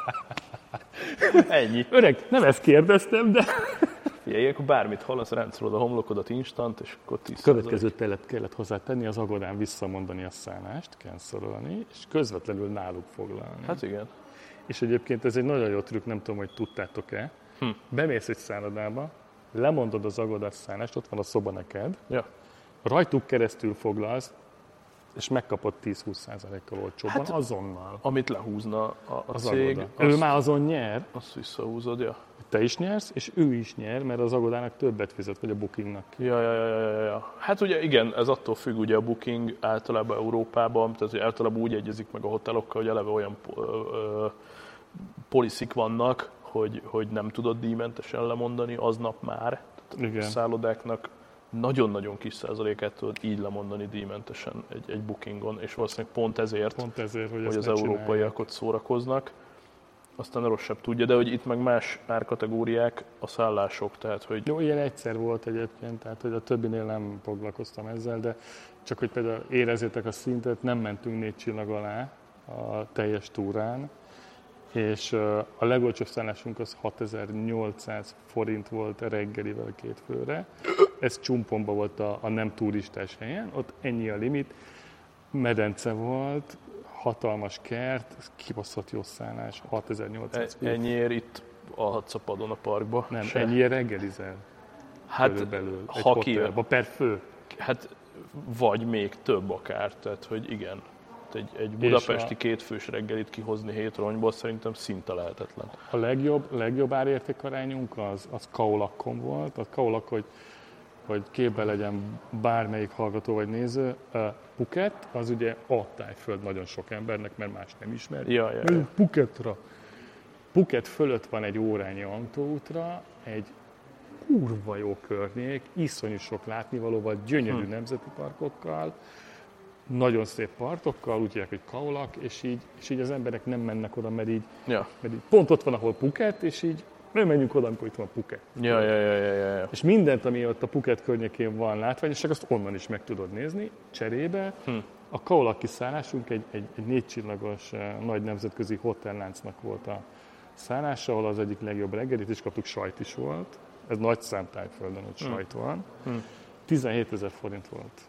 Ennyi. Öreg, nem ezt kérdeztem, de... Figyelj, akkor bármit hallasz, ráncolod a homlokodat instant, és akkor tíz Következőt kellett, kellett hozzátenni, az Agodán visszamondani a szállást, cancelolni, és közvetlenül náluk foglalni. Hát igen. És egyébként ez egy nagyon jó trükk, nem tudom, hogy tudtátok-e. Hm. Bemész egy szállodába, lemondod az Agodás szállást, ott van a szoba neked, ja. rajtuk keresztül foglalsz, és megkapod tíz-húsz százalékkal olcsóbban, hát, azonnal. Amit lehúzna a, a az cég. Azt, ő már azon nyer. Azt visszahúzod, ja. Te is nyersz, és ő is nyer, mert az Agodának többet fizet, vagy a Bookingnak. Ja, ja, ja, ja, ja. Hát ugye igen, ez attól függ, ugye a Booking általában Európában, tehát általában úgy egyezik meg a hotelokkal, hogy eleve olyan poliszik vannak, hogy, hogy nem tudod díjmentesen lemondani aznap már. Igen. A szállodáknak nagyon-nagyon kis százalékát tudod így lemondani díjmentesen egy, egy bookingon, és valószínűleg pont ezért, pont ezért hogy, hogy az európaiak ott szórakoznak. Aztán a rosszabb tudja, de hogy itt meg más árkategóriák a szállások, tehát hogy... Jó, ilyen egyszer volt egyébként, tehát hogy a többinél nem foglalkoztam ezzel, de csak hogy például érezzétek a szintet, nem mentünk négy csillag alá a teljes túrán, és a legolcsóbb szállásunk az hatezer-nyolcszáz forint volt reggelivel két főre. Ez Csumponban volt a, a nem turistás helyen, ott ennyi a limit. Medence volt, hatalmas kert, kibaszott jó szállás, hatezer-nyolcszáz forint. Ennyiért itt alhatsz a padon a parkba? Nem, se. Ennyiért reggelizel. Hát, körülbelül egy ha hotelba per fő. Hát, vagy még több akár, tehát hogy igen. Tehát egy, egy budapesti a... kétfős reggelit kihozni hét ronyból szerintem szinte lehetetlen. A legjobb, legjobb árértékarányunk az, az Kaolakkon volt. A Kaolak, hogy, hogy képbe legyen bármelyik hallgató vagy néző, uh, Phuket, az ugye a Tájföld nagyon sok embernek, mert más nem ismer. Ja, ja, ja. Phuketra. Phuket fölött van egy órányi autóútra, egy kurva jó környék, iszonyú sok látnivalóval, gyönyörű hm. nemzeti parkokkal, nagyon szép partokkal, úgy hívják, hogy Kaolak, és így, és így az emberek nem mennek oda, mert így, ja. mert így pont ott van, ahol Phuket, és így nem menjünk oda, amikor itt van Phuket. Ja, ja, ja, ja, ja, ja. És mindent, ami ott a Phuket környékén van látványosság, azt onnan is meg tudod nézni. Cserébe hm. a Kaolak kiszállásunk egy, egy, egy négycsillagos nagy nemzetközi hotelláncnak volt a szállása, ahol az egyik legjobb reggelit is kaptuk, sajt is volt. Ez nagy szám Tájföldön, hogy hmm. sajt van. Hmm. tizenhétezer forint volt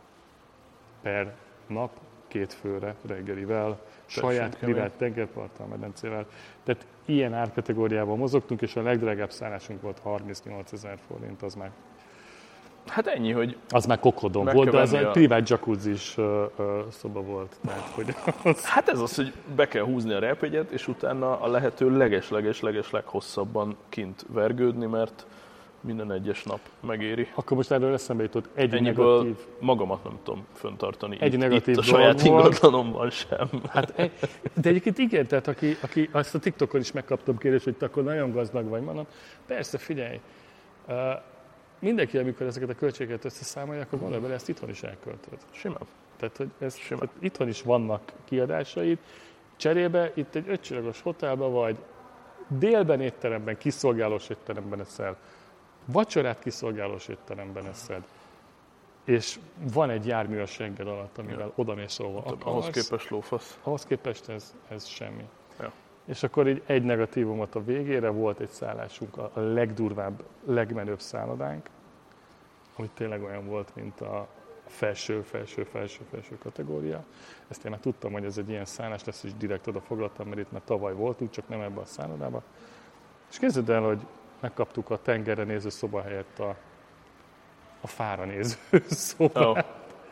per nap, két főre reggelivel, saját privát tengerparttal, medencével. Tehát ilyen árkategóriában mozogtunk, és a legdrágább szállásunk volt harmincnyolcezer forint, az már... Hát ennyi, hogy... Az már kokodom volt, de az egy a... privát jacuzzis uh, uh, szoba volt. Tehát, hogy az... Hát ez az, hogy be kell húzni a repjegyet, és utána a lehető leges-leges-leges leghosszabban kint vergődni, mert minden egyes nap megéri. Akkor most erről eszembe jutott egy Ennyiből negatív... magamat nem tudom föntartani. Egy itt, negatív itt a saját ingatlanomban sem. Hát egy, de egyébként igen, tehát aki, aki azt a TikTokon is megkaptam kérdést, hogy te akkor nagyon gazdag vagy, mondom, persze, figyelj, uh, mindenki, amikor ezeket a költségeket összeszámolja, akkor gondolj bele, ezt itthon is elköltöd. Simán. Tehát, hogy ez, tehát itthon is vannak kiadásaid, cserébe itt egy ötcsillagos hotelben vagy, délben étteremben, kiszolgálós étteremben eszel, vacsorát kiszolgálós étteremben eszed, és van egy jármű a segged alatt, amivel ja. odamész, ahova akarsz. Ahhoz képest lófasz. Ahhoz képest ez, ez semmi. Ja. És akkor így egy negatívumot a végére, volt egy szállásunk, a legdurvább, legmenőbb szállodánk, ami tényleg olyan volt, mint a felső, felső, felső, felső kategória. Ezt én már tudtam, hogy ez egy ilyen szállás lesz, és direkt oda foglaltam, mert itt már tavaly voltunk, csak nem ebben a szállodába. És képzeld el, hogy megkaptuk a tengerre néző szoba helyett a, a fára néző szobát. Oh.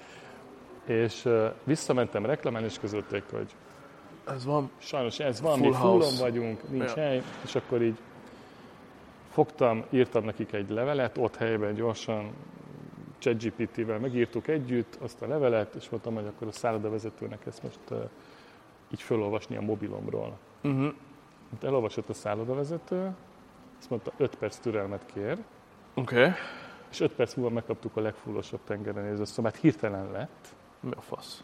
És uh, visszamentem reklamálni, és közölték, hogy ez van. Sajnos ez van, mi fullon vagyunk, nincs ja. hely. És akkor így fogtam, írtam nekik egy levelet, ott helyben gyorsan, ChatGPT-vel megírtuk együtt azt a levelet, és mondtam, hogy akkor a szállodavezetőnek ezt most uh, így felolvasni a mobilomról. Uh-huh. Elolvasott a szállodavezető, azt mondta, öt perc türelmet kér. Oké. Okay. És öt perc múlva megkaptuk a legfullosabb tengerre néző szobát. Hirtelen lett. Mi a fasz?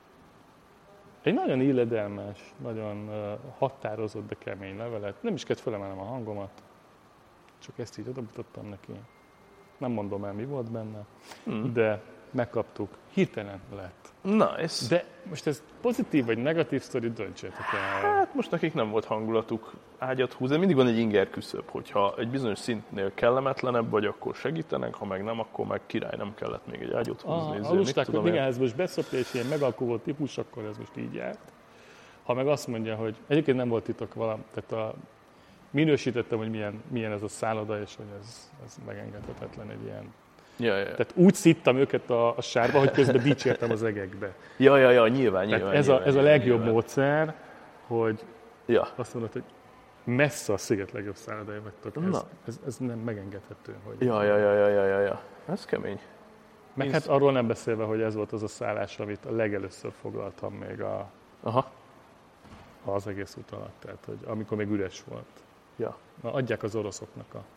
Egy nagyon illedelmes, nagyon uh, határozott, de kemény levelet. Nem is kellett fölemelnem a hangomat. Csak ezt így odamutattam neki. Nem mondom el, mi volt benne, hmm. de megkaptuk. Hirtelen lett. Nice. De most ez pozitív vagy negatív sztori, döntsétek el. Hát most nekik nem volt hangulatuk ágyat húzni. Mindig van egy inger küszöb, hogyha egy bizonyos szintnél kellemetlenebb vagy, akkor segítenek, ha meg nem, akkor meg király, nem kellett még egy ágyat húzni. Ah, a lusták, hogy igen, ez most beszopja, és ilyen megalkuló típus, akkor ez most így járt. Ha meg azt mondja, hogy egyébként nem volt titok valami, tehát a, minősítettem, hogy milyen, milyen ez a szálloda, és hogy ez, ez megengedhetetlen egy ilyen. Ja, ja. Tehát úgy szittam őket a, a sárba, hogy közben dicsértem az egekbe. Ja, ja, ja, nyilván, nyilván. Ez, nyilván, a, ez nyilván, a legjobb nyilván. módszer, hogy ja. azt mondod, hogy messze a sziget legjobb szállodája vagytok. Ez, ez, ez nem megengedhető. Hogy ja, ja, ja, ja, ja, ja, ja. Ez kemény. Meg hát arról nem beszélve, hogy ez volt az a szállás, amit a legelőször foglaltam még a, Aha. az egész út alatt. Tehát, hogy amikor még üres volt. Ja. Na, adják az oroszoknak a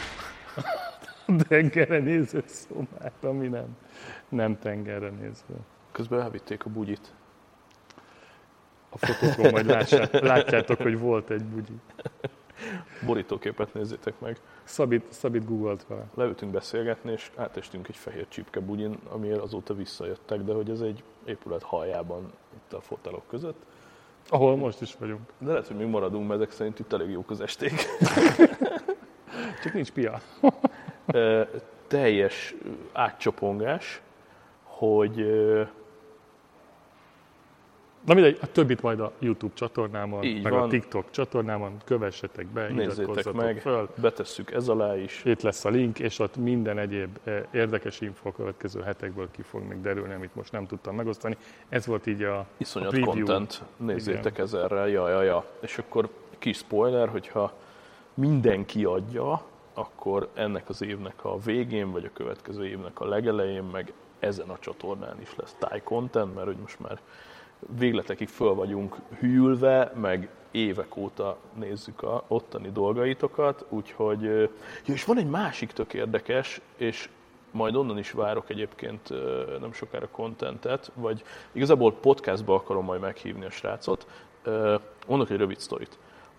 tengerre néző szobát, ami nem, nem tengerre néző. Közben elvitték a bugyit. A fotókon majd látsátok, látjátok, hogy volt egy bugyi. Borítóképet nézzétek meg. Szabit, Szabit googolt vele. Leültünk beszélgetni, és átestünk egy fehér csipke bugyin, amiért azóta visszajöttek, de hogy ez egy épület haljában itt a fotelok között. Ahol most is vagyunk. De lehet, hogy még maradunk, mert ezek szerint itt elég jók az esték. Csak nincs pia. e, teljes átcsapongás, hogy Na mindegy, a többit majd a YouTube csatornámon, Így meg van. a TikTok csatornámon, kövessetek be, Nézzétek iratkozzatok meg, föl. betesszük ez alá is. Itt lesz a link, és ott minden egyéb érdekes info a következő hetekből ki fog még derülni, amit most nem tudtam megosztani. Ez volt így a, Iszonyat a preview. content, nézzétek ezerrel, ja, ja, ja. És akkor kis spoiler, hogyha mindenki adja, akkor ennek az évnek a végén, vagy a következő évnek a legelején, meg ezen a csatornán is lesz táj content, mert hogy most már végletekig föl vagyunk hűlve, meg évek óta nézzük a ottani dolgaitokat, úgyhogy... Ja, és van egy másik tök érdekes, és majd onnan is várok egyébként nem sokára contentet, vagy igazából podcastba akarom majd meghívni a srácot. Mondok egy rövid sztorit.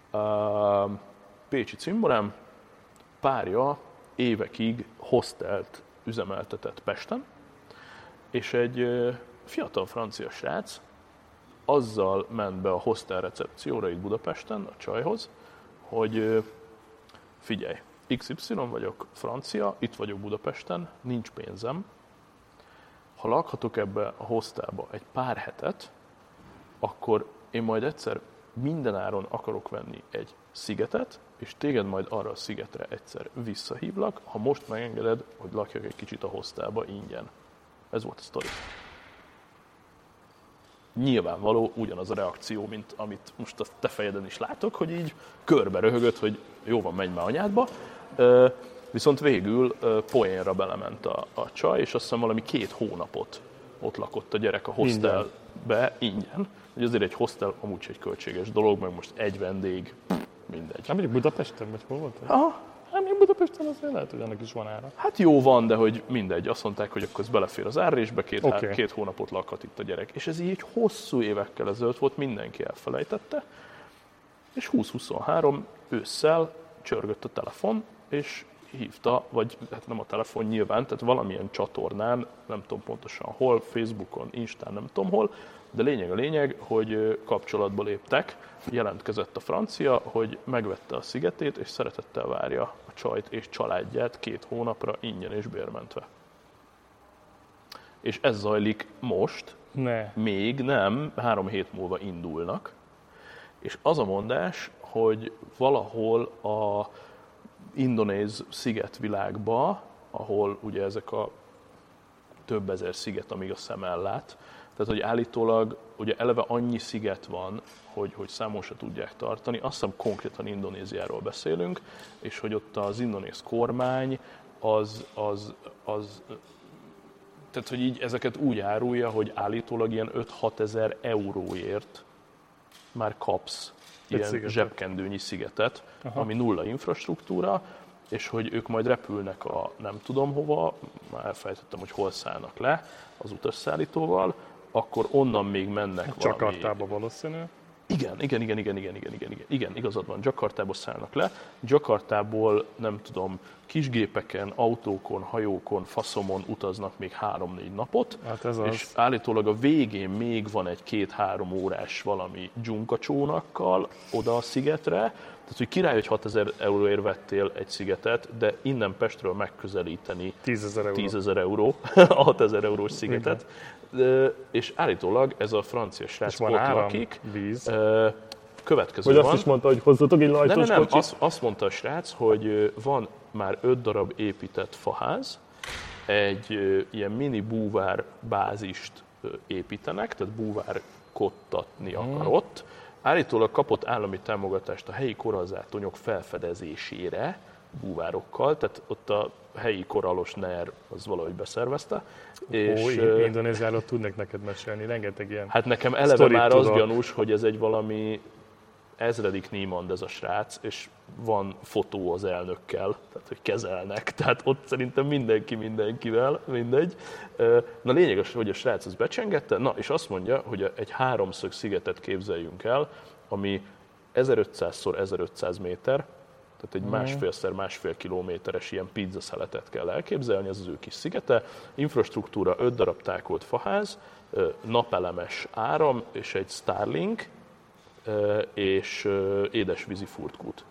Pécsi cimborám párja évekig hostelt üzemeltetett Pesten, és egy fiatal francia srác azzal ment be a hostel recepcióra itt Budapesten, a csajhoz, hogy figyelj, iksz ipszilon vagyok, francia, itt vagyok Budapesten, nincs pénzem. Ha lakhatok ebbe a hostelba egy pár hetet, akkor én majd egyszer mindenáron akarok venni egy szigetet, és téged majd arra a szigetre egyszer visszahívlak, ha most megengeded, hogy lakjak egy kicsit a hostelba ingyen. Ez volt a sztori. Nyilvánvaló ugyanaz a reakció, mint amit most a te fejeden is látok, hogy így körbe röhögött, hogy jó van, menj már anyádba. Viszont végül poénra belement a, a csaj, és azt hiszem valami két hónapot ott lakott a gyerek a hostelbe ingyen. Hogy azért egy hostel amúgy egy költséges dolog, meg most egy vendég, mindegy. Nem mondjuk Budapesten, vagy hol volt? Aha. Hát még Budapesten azért lehet, hogy annak is van ára. Hát jó van, de hogy mindegy. Azt mondták, hogy akkor ez belefér az árrésbe, két, Okay. há- két hónapot lakhat itt a gyerek. És ez így hosszú évekkel ezelőtt volt, mindenki elfelejtette. És húsz-huszonhárom ősszel csörgött a telefon, és hívta, vagy hát nem a telefon nyilván, tehát valamilyen csatornán, nem tudom pontosan hol, Facebookon, Instán, nem tudom hol, de lényeg a lényeg, hogy kapcsolatba léptek, jelentkezett a francia, hogy megvette a szigetét, és szeretettel várja a csajt és családját két hónapra ingyen és bérmentve. És ez zajlik most, Ne. még nem, három hét múlva indulnak, és az a mondás, hogy valahol a indonéz szigetvilágba, ahol ugye ezek a több ezer sziget, amíg a szem ellát, tehát hogy állítólag ugye eleve annyi sziget van, hogy, hogy számon se tudják tartani, azt hiszem konkrétan Indonéziáról beszélünk, és hogy ott az indonéz kormány az, az, az tehát hogy így ezeket úgy árulja, hogy állítólag ilyen öt-hat ezer euróért már kapsz ilyen szigetet. zsebkendőnyi szigetet, Aha. ami nulla infrastruktúra, és hogy ők majd repülnek a nem tudom hova, már elfelejtettem, hogy hol szállnak le az utasszállítóval, akkor onnan még mennek valami... Csakartába valószínű. Igen, igen, igen, igen, igen, igen, igen, igen, igen, igazad van, Jakartából szállnak le. Jakartából, nem tudom, kisgépeken, autókon, hajókon, faszomon utaznak még három-négy napot, Hát ez és az. állítólag a végén még van egy két-három órás valami dzsunkacsónakkal oda a szigetre, tehát hogy király, hogy hatezer euróért vettél egy szigetet, de innen Pestről megközelíteni tízezer euró. tízezer euró, a hatezer eurós szigetet. De, és állítólag ez a francia srác És van ott áram, lakik. víz. Ö, Következő Vagy azt van. is mondta, hogy hozzatok egy Nem, nem, lajtos nem, kocsit. azt, azt mondta a srác, hogy ö, van már öt darab épített faház, egy ö, ilyen mini búvár bázist ö, építenek, tehát búvárkodtatni akar ott. Állítólag kapott állami támogatást a helyi korallzátonyok felfedezésére búvárokkal, tehát ott a helyi korallos en e er az valahogy beszervezte. És, Ó, ö, Indonéziáról tudnék neked mesélni, rengeteg ilyen. Hát nekem eleve sztorit már az tudok. gyanús, hogy ez egy valami ezredik Niemand ez a srác, és van fotó az elnökkel, tehát hogy kezelnek, tehát ott szerintem mindenki mindenkivel, mindegy. Na lényeg az, hogy a srác az becsengette, na és azt mondja, hogy egy háromszög szigetet képzeljünk el, ami ezerötszáz szor ezerötszáz méter, tehát egy másfélszer másfél kilométeres ilyen pizzaszeletet kell elképzelni, ez az ő kis szigete. Infrastruktúra, öt darab tákolt faház, napelemes áram és egy Starlink, és édesvízi furtkút.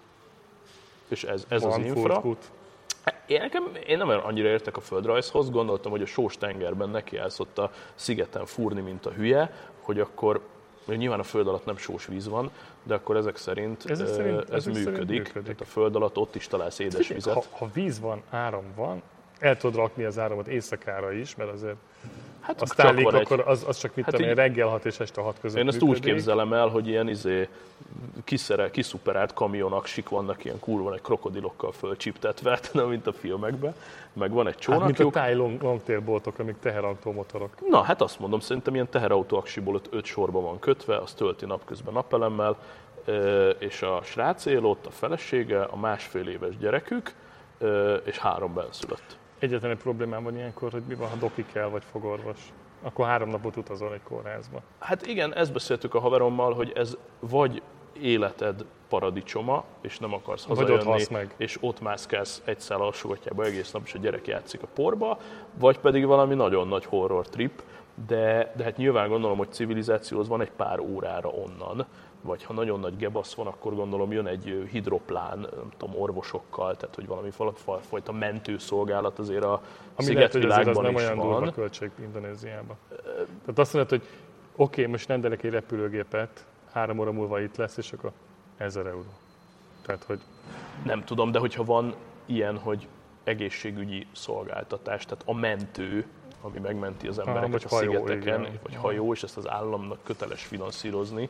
És ez, ez az Van infra. furtkút. Én, nekem, én nem annyira értek a földrajzhoz, gondoltam, hogy a sós tengerben nekiállsz ott a szigeten fúrni, mint a hülye, hogy akkor nyilván a föld alatt nem sós víz van, de akkor ezek szerint ezek ez, szerint, ez ezek működik. szerint működik. Tehát a föld alatt ott is találsz édesvizet. Ha, ha víz van, áram van, el tudod rakni az áramot éjszakára is, mert azért Hát a Starlink egy... akkor az, az csak mit Hát tudom én, így... reggel hat és este hat között Én ezt működik. úgy képzelem el, hogy ilyen izé, kiszere, kiszuperált kamionaksik vannak ilyen kurva egy krokodilokkal fölcsiptetve, hát nem mint a filmekben, meg van egy csónakjuk. Hát mint a táj long, longtail boltok, amik teherautó motorok. Na, hát azt mondom, szerintem ilyen teherautó aksiból öt, öt sorba van kötve, az tölti napközben napelemmel, és a srác él ott, a felesége, a másfél éves gyerekük, és három benszülött. Egyetlen egy problémám van ilyenkor, hogy mi van, ha doki kell, vagy fogorvos. Akkor három napot utazol egy kórházba. Hát igen, ezt beszéltük a haverommal, hogy ez vagy életed paradicsoma, és nem akarsz hazajönni, meg. és ott mászkálsz egy szál alsógatjába egész nap, és a gyerek játszik a porba, vagy pedig valami nagyon nagy horror trip, de, de hát nyilván gondolom, hogy civilizációhoz van egy pár órára onnan, vagy ha nagyon nagy gebasz van, akkor gondolom jön egy hidroplán, nem tudom, orvosokkal, tehát hogy valami fajta mentőszolgálat azért a Ami szigetvilágban lehet, hogy az is nem olyan van. durva költség Indonéziában. Tehát azt mondod, hogy oké, okay, most rendelek egy repülőgépet, három óra múlva itt lesz, és akkor ezer euró. Tehát, hogy... Nem tudom, de hogyha van ilyen, hogy egészségügyi szolgáltatás, tehát a mentő, ami megmenti az embereket ah, a hajó, szigeteken, igen. Vagy hajó, és ezt az államnak köteles finanszírozni.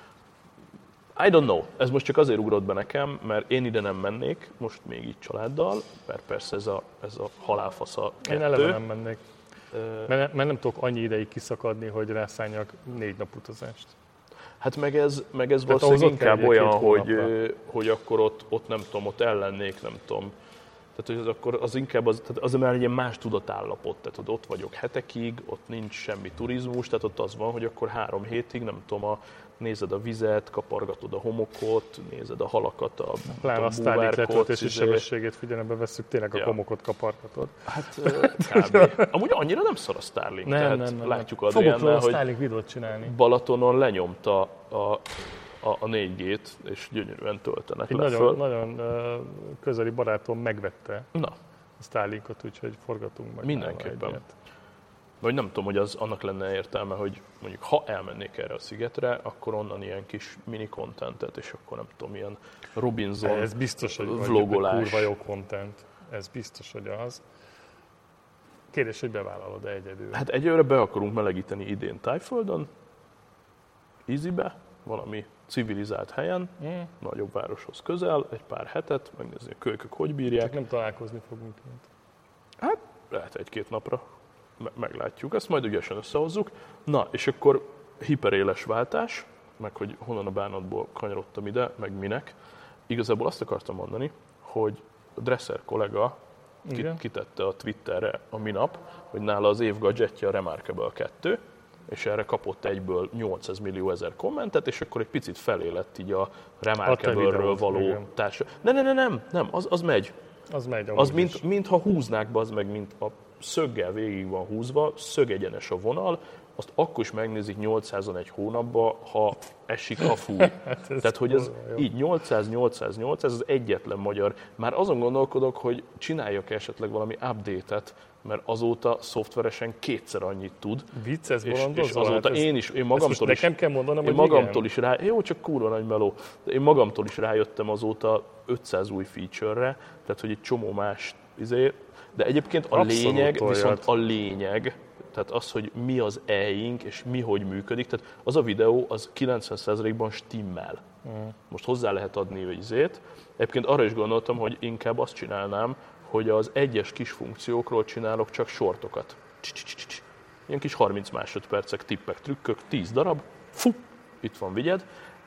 I don't know. Ez most csak azért ugrott be nekem, mert én ide nem mennék, most még így családdal, mert persze ez a, ez a halálfasza kettő. Én eleve nem mennék, uh, mert, mert nem tudok annyi ideig kiszakadni, hogy rászálljak négy nap utazást. Hát meg ez, meg ez valószínűleg inkább olyan, hogy, hogy akkor ott, ott nem tudom, ott ellennék, nem tudom. Tehát, hogy az akkor az inkább az, tehát az már egy ilyen más tudatállapot, tehát hogy ott vagyok hetekig, ott nincs semmi turizmus, tehát ott az van, hogy akkor három hétig, nem tudom, a, nézed a vizet, kapargatod a homokot, nézed a halakat, a, Plán a Starlink letöltési sebességét figyelembe vesszük, tényleg a ja. homokot kapargatod. Hát kb. Amúgy annyira nem szar a Starlink, nem, tehát nem, nem, látjuk nem. Adriánnál, hogy Starlink videót csinálni. Balatonon lenyomta a A, a négy gét, és gyönyörűen töltenek le nagyon, föl. Nagyon uh, közeli barátom megvette Na. a Starlinkot, úgyhogy forgatunk majd. Mindenképpen. Vagy nem tudom, hogy az annak lenne értelme, hogy mondjuk ha elmennék erre a szigetre, akkor onnan ilyen kis mini contentet, és akkor nem tudom, ilyen Robinson ez biztos, hogy vlogolás. Kurva jó content. Ez biztos, hogy az. Kérdés, hogy bevállalod-e egyedül? Hát egyőre be akarunk melegíteni idén Tájföldön, Easybe, valami civilizált helyen, mm. nagyobb városhoz közel, egy pár hetet, megnézni a kölykök hogy bírják. Csak nem találkozni fogunk itt. Hát lehet egy-két napra, me- meglátjuk, ezt majd ügyesen összehozzuk. Na, és akkor hiperéles váltás, meg hogy honnan a bánatból kanyarodtam ide, meg minek. Igazából azt akartam mondani, hogy a Dresser kollega ki- kitette a Twitterre a minap, hogy nála az év gadgetje a Remarkable kettő, és erre kapott egyből nyolcszáz millió ezer kommentet, és akkor egy picit felé lett így a Remarkable-ről való társa. Ne, ne, ne, nem, nem, az, az megy. Az megy, az mint, mintha húznák, az meg, mint a szöggel végig van húzva, szögegyenes a vonal, azt akkor is megnézik nyolcszázon egy hónapban, ha esik a fúj. hát Tehát, hogy ez így nyolcszáz, nyolcszáz, nyolcszáz, az egyetlen magyar. Már azon gondolkodok, hogy csináljak esetleg valami update-et, mert azóta szoftveresen kétszer annyit tud. Vicces, és, és azóta ez, én is, én magamtól is, nekem kell mondanom, én hogy magamtól igen. is rá, jó, csak kurva nagy meló, de én magamtól is rájöttem azóta ötszáz új feature-re, tehát hogy egy csomó más, izé, de egyébként a Abszolút lényeg, olyat. Viszont a lényeg, tehát az, hogy mi az e-ink és mi hogy működik, tehát az a videó az kilencven százalékban stimmel. Mm. Most hozzá lehet adni egy izét. Egyébként arra is gondoltam, hogy inkább azt csinálnám, hogy az egyes kis funkciókról csinálok csak sortokat. Ilyen kis harminc másodpercek, tippek, trükkök, tíz darab, fú, itt van, vigyed.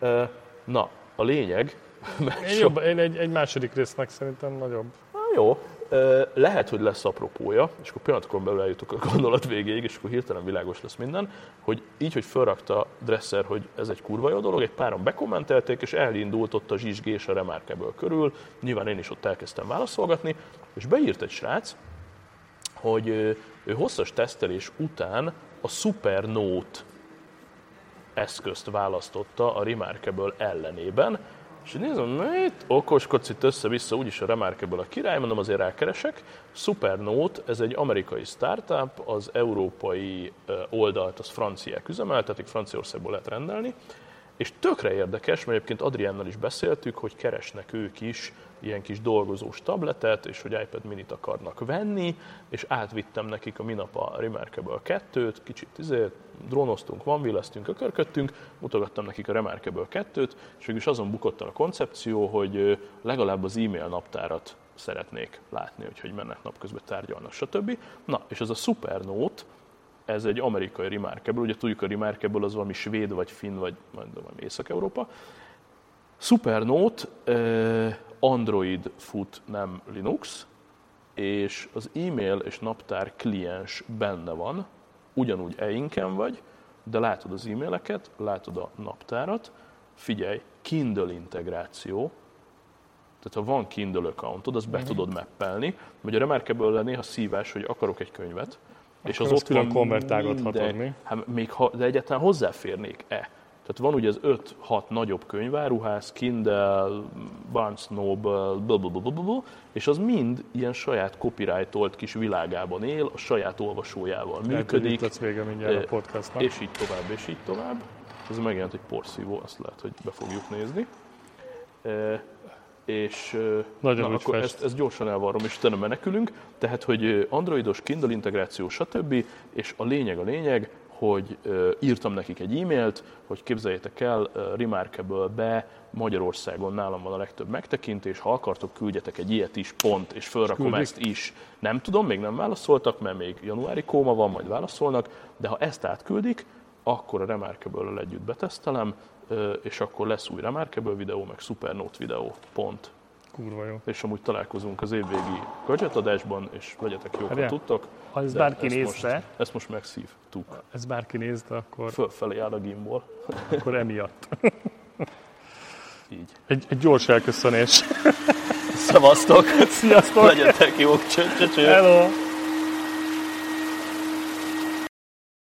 Na, a lényeg... Én, jobb, én egy, egy második résznek szerintem nagyobb. Na, jó, lehet, hogy lesz apropója, és akkor pillanatokon belül eljutok a gondolat végéig, és akkor hirtelen világos lesz minden, hogy így, hogy felrakta Dresser, hogy ez egy kurva jó dolog, egy páran bekommentelték, és elindult ott a zsizsgés a Remarkable körül, nyilván én is ott elkezdtem válaszolgatni, és beírt egy srác, hogy ő hosszas tesztelés után a SuperNote eszközt választotta a Remarkable ellenében, És így nézem, na itt okoskodsz itt össze-vissza, úgyis a Remarkable a király, mondom, azért rákeresek. Supernote, ez egy amerikai startup, az európai oldalt az franciák üzemeltetik, Franciaországból lehet rendelni. És tökre érdekes, mert egyébként Adriánnal is beszéltük, hogy keresnek ők is ilyen kis dolgozós tabletet, és hogy iPad minit akarnak venni, és átvittem nekik a minap a Remarkable kettőt, kicsit izé, drónoztunk, vanvilleztünk, ökörködtünk, mutogattam nekik a Remarkable kettőt, és végülis azon bukott el a koncepció, hogy legalább az e-mail naptárat szeretnék látni, hogy mennek napközben tárgyalnak, stb. Na, és ez a Supernote, ez egy amerikai Remarkable, ugye tudjuk, a Remarkable az valami svéd, vagy finn, vagy valami Észak-Európa. Supernote, Android fut, nem Linux, és az e-mail és naptár kliens benne van, ugyanúgy e-inken vagy, de látod az e-maileket, látod a naptárat, figyelj, Kindle integráció, tehát ha van Kindle accountod, azt be mm-hmm. tudod mappelni, vagy a Remarkable-le néha szívás, hogy akarok egy könyvet, és az ott külön konvertálgathatod, mi? Hát még ha, de egyáltalán hozzáférnék-e? Tehát van ugye az öt-hat nagyobb könyváruház, Kindle, Barnes Noble, blablabla, és az mind ilyen saját copyrightolt kis világában él, a saját olvasójával működik. Lehet, hogy vége mindjárt a podcastnak. És így tovább, és így tovább. Ez megjelent egy porszívó, azt lehet, hogy be fogjuk nézni. E, és nagyon na, akkor ezt, ezt gyorsan elvarrom, és utána menekülünk. Tehát, hogy androidos, Kindle integráció, stb. És a lényeg a lényeg, hogy írtam nekik egy e-mailt, hogy képzeljétek el, Remarkable-be Magyarországon nálam van a legtöbb megtekintés, ha akartok, küldjetek egy ilyet is, pont, és felrakom ezt is. Nem tudom, még nem válaszoltak, mert még januári kóma van, majd válaszolnak, de ha ezt átküldik, akkor a Remarkable-rel együtt betesztelem, és akkor lesz új Remarkable videó, meg Supernote videó, pont. Kurva jó. És amúgy találkozunk az évvégi gadget adásban, és legyetek jók, ha tudtok. Ha ezt bárki ezt nézte, most, ezt most megszívtuk. Ezt bárki nézte, akkor... Fölfelé áll a gimbal. Akkor emiatt. Így. Egy, egy gyors elköszönés. Szevasztok! Sziasztok! Legyetek jók! Cső, cső, cső. Hello!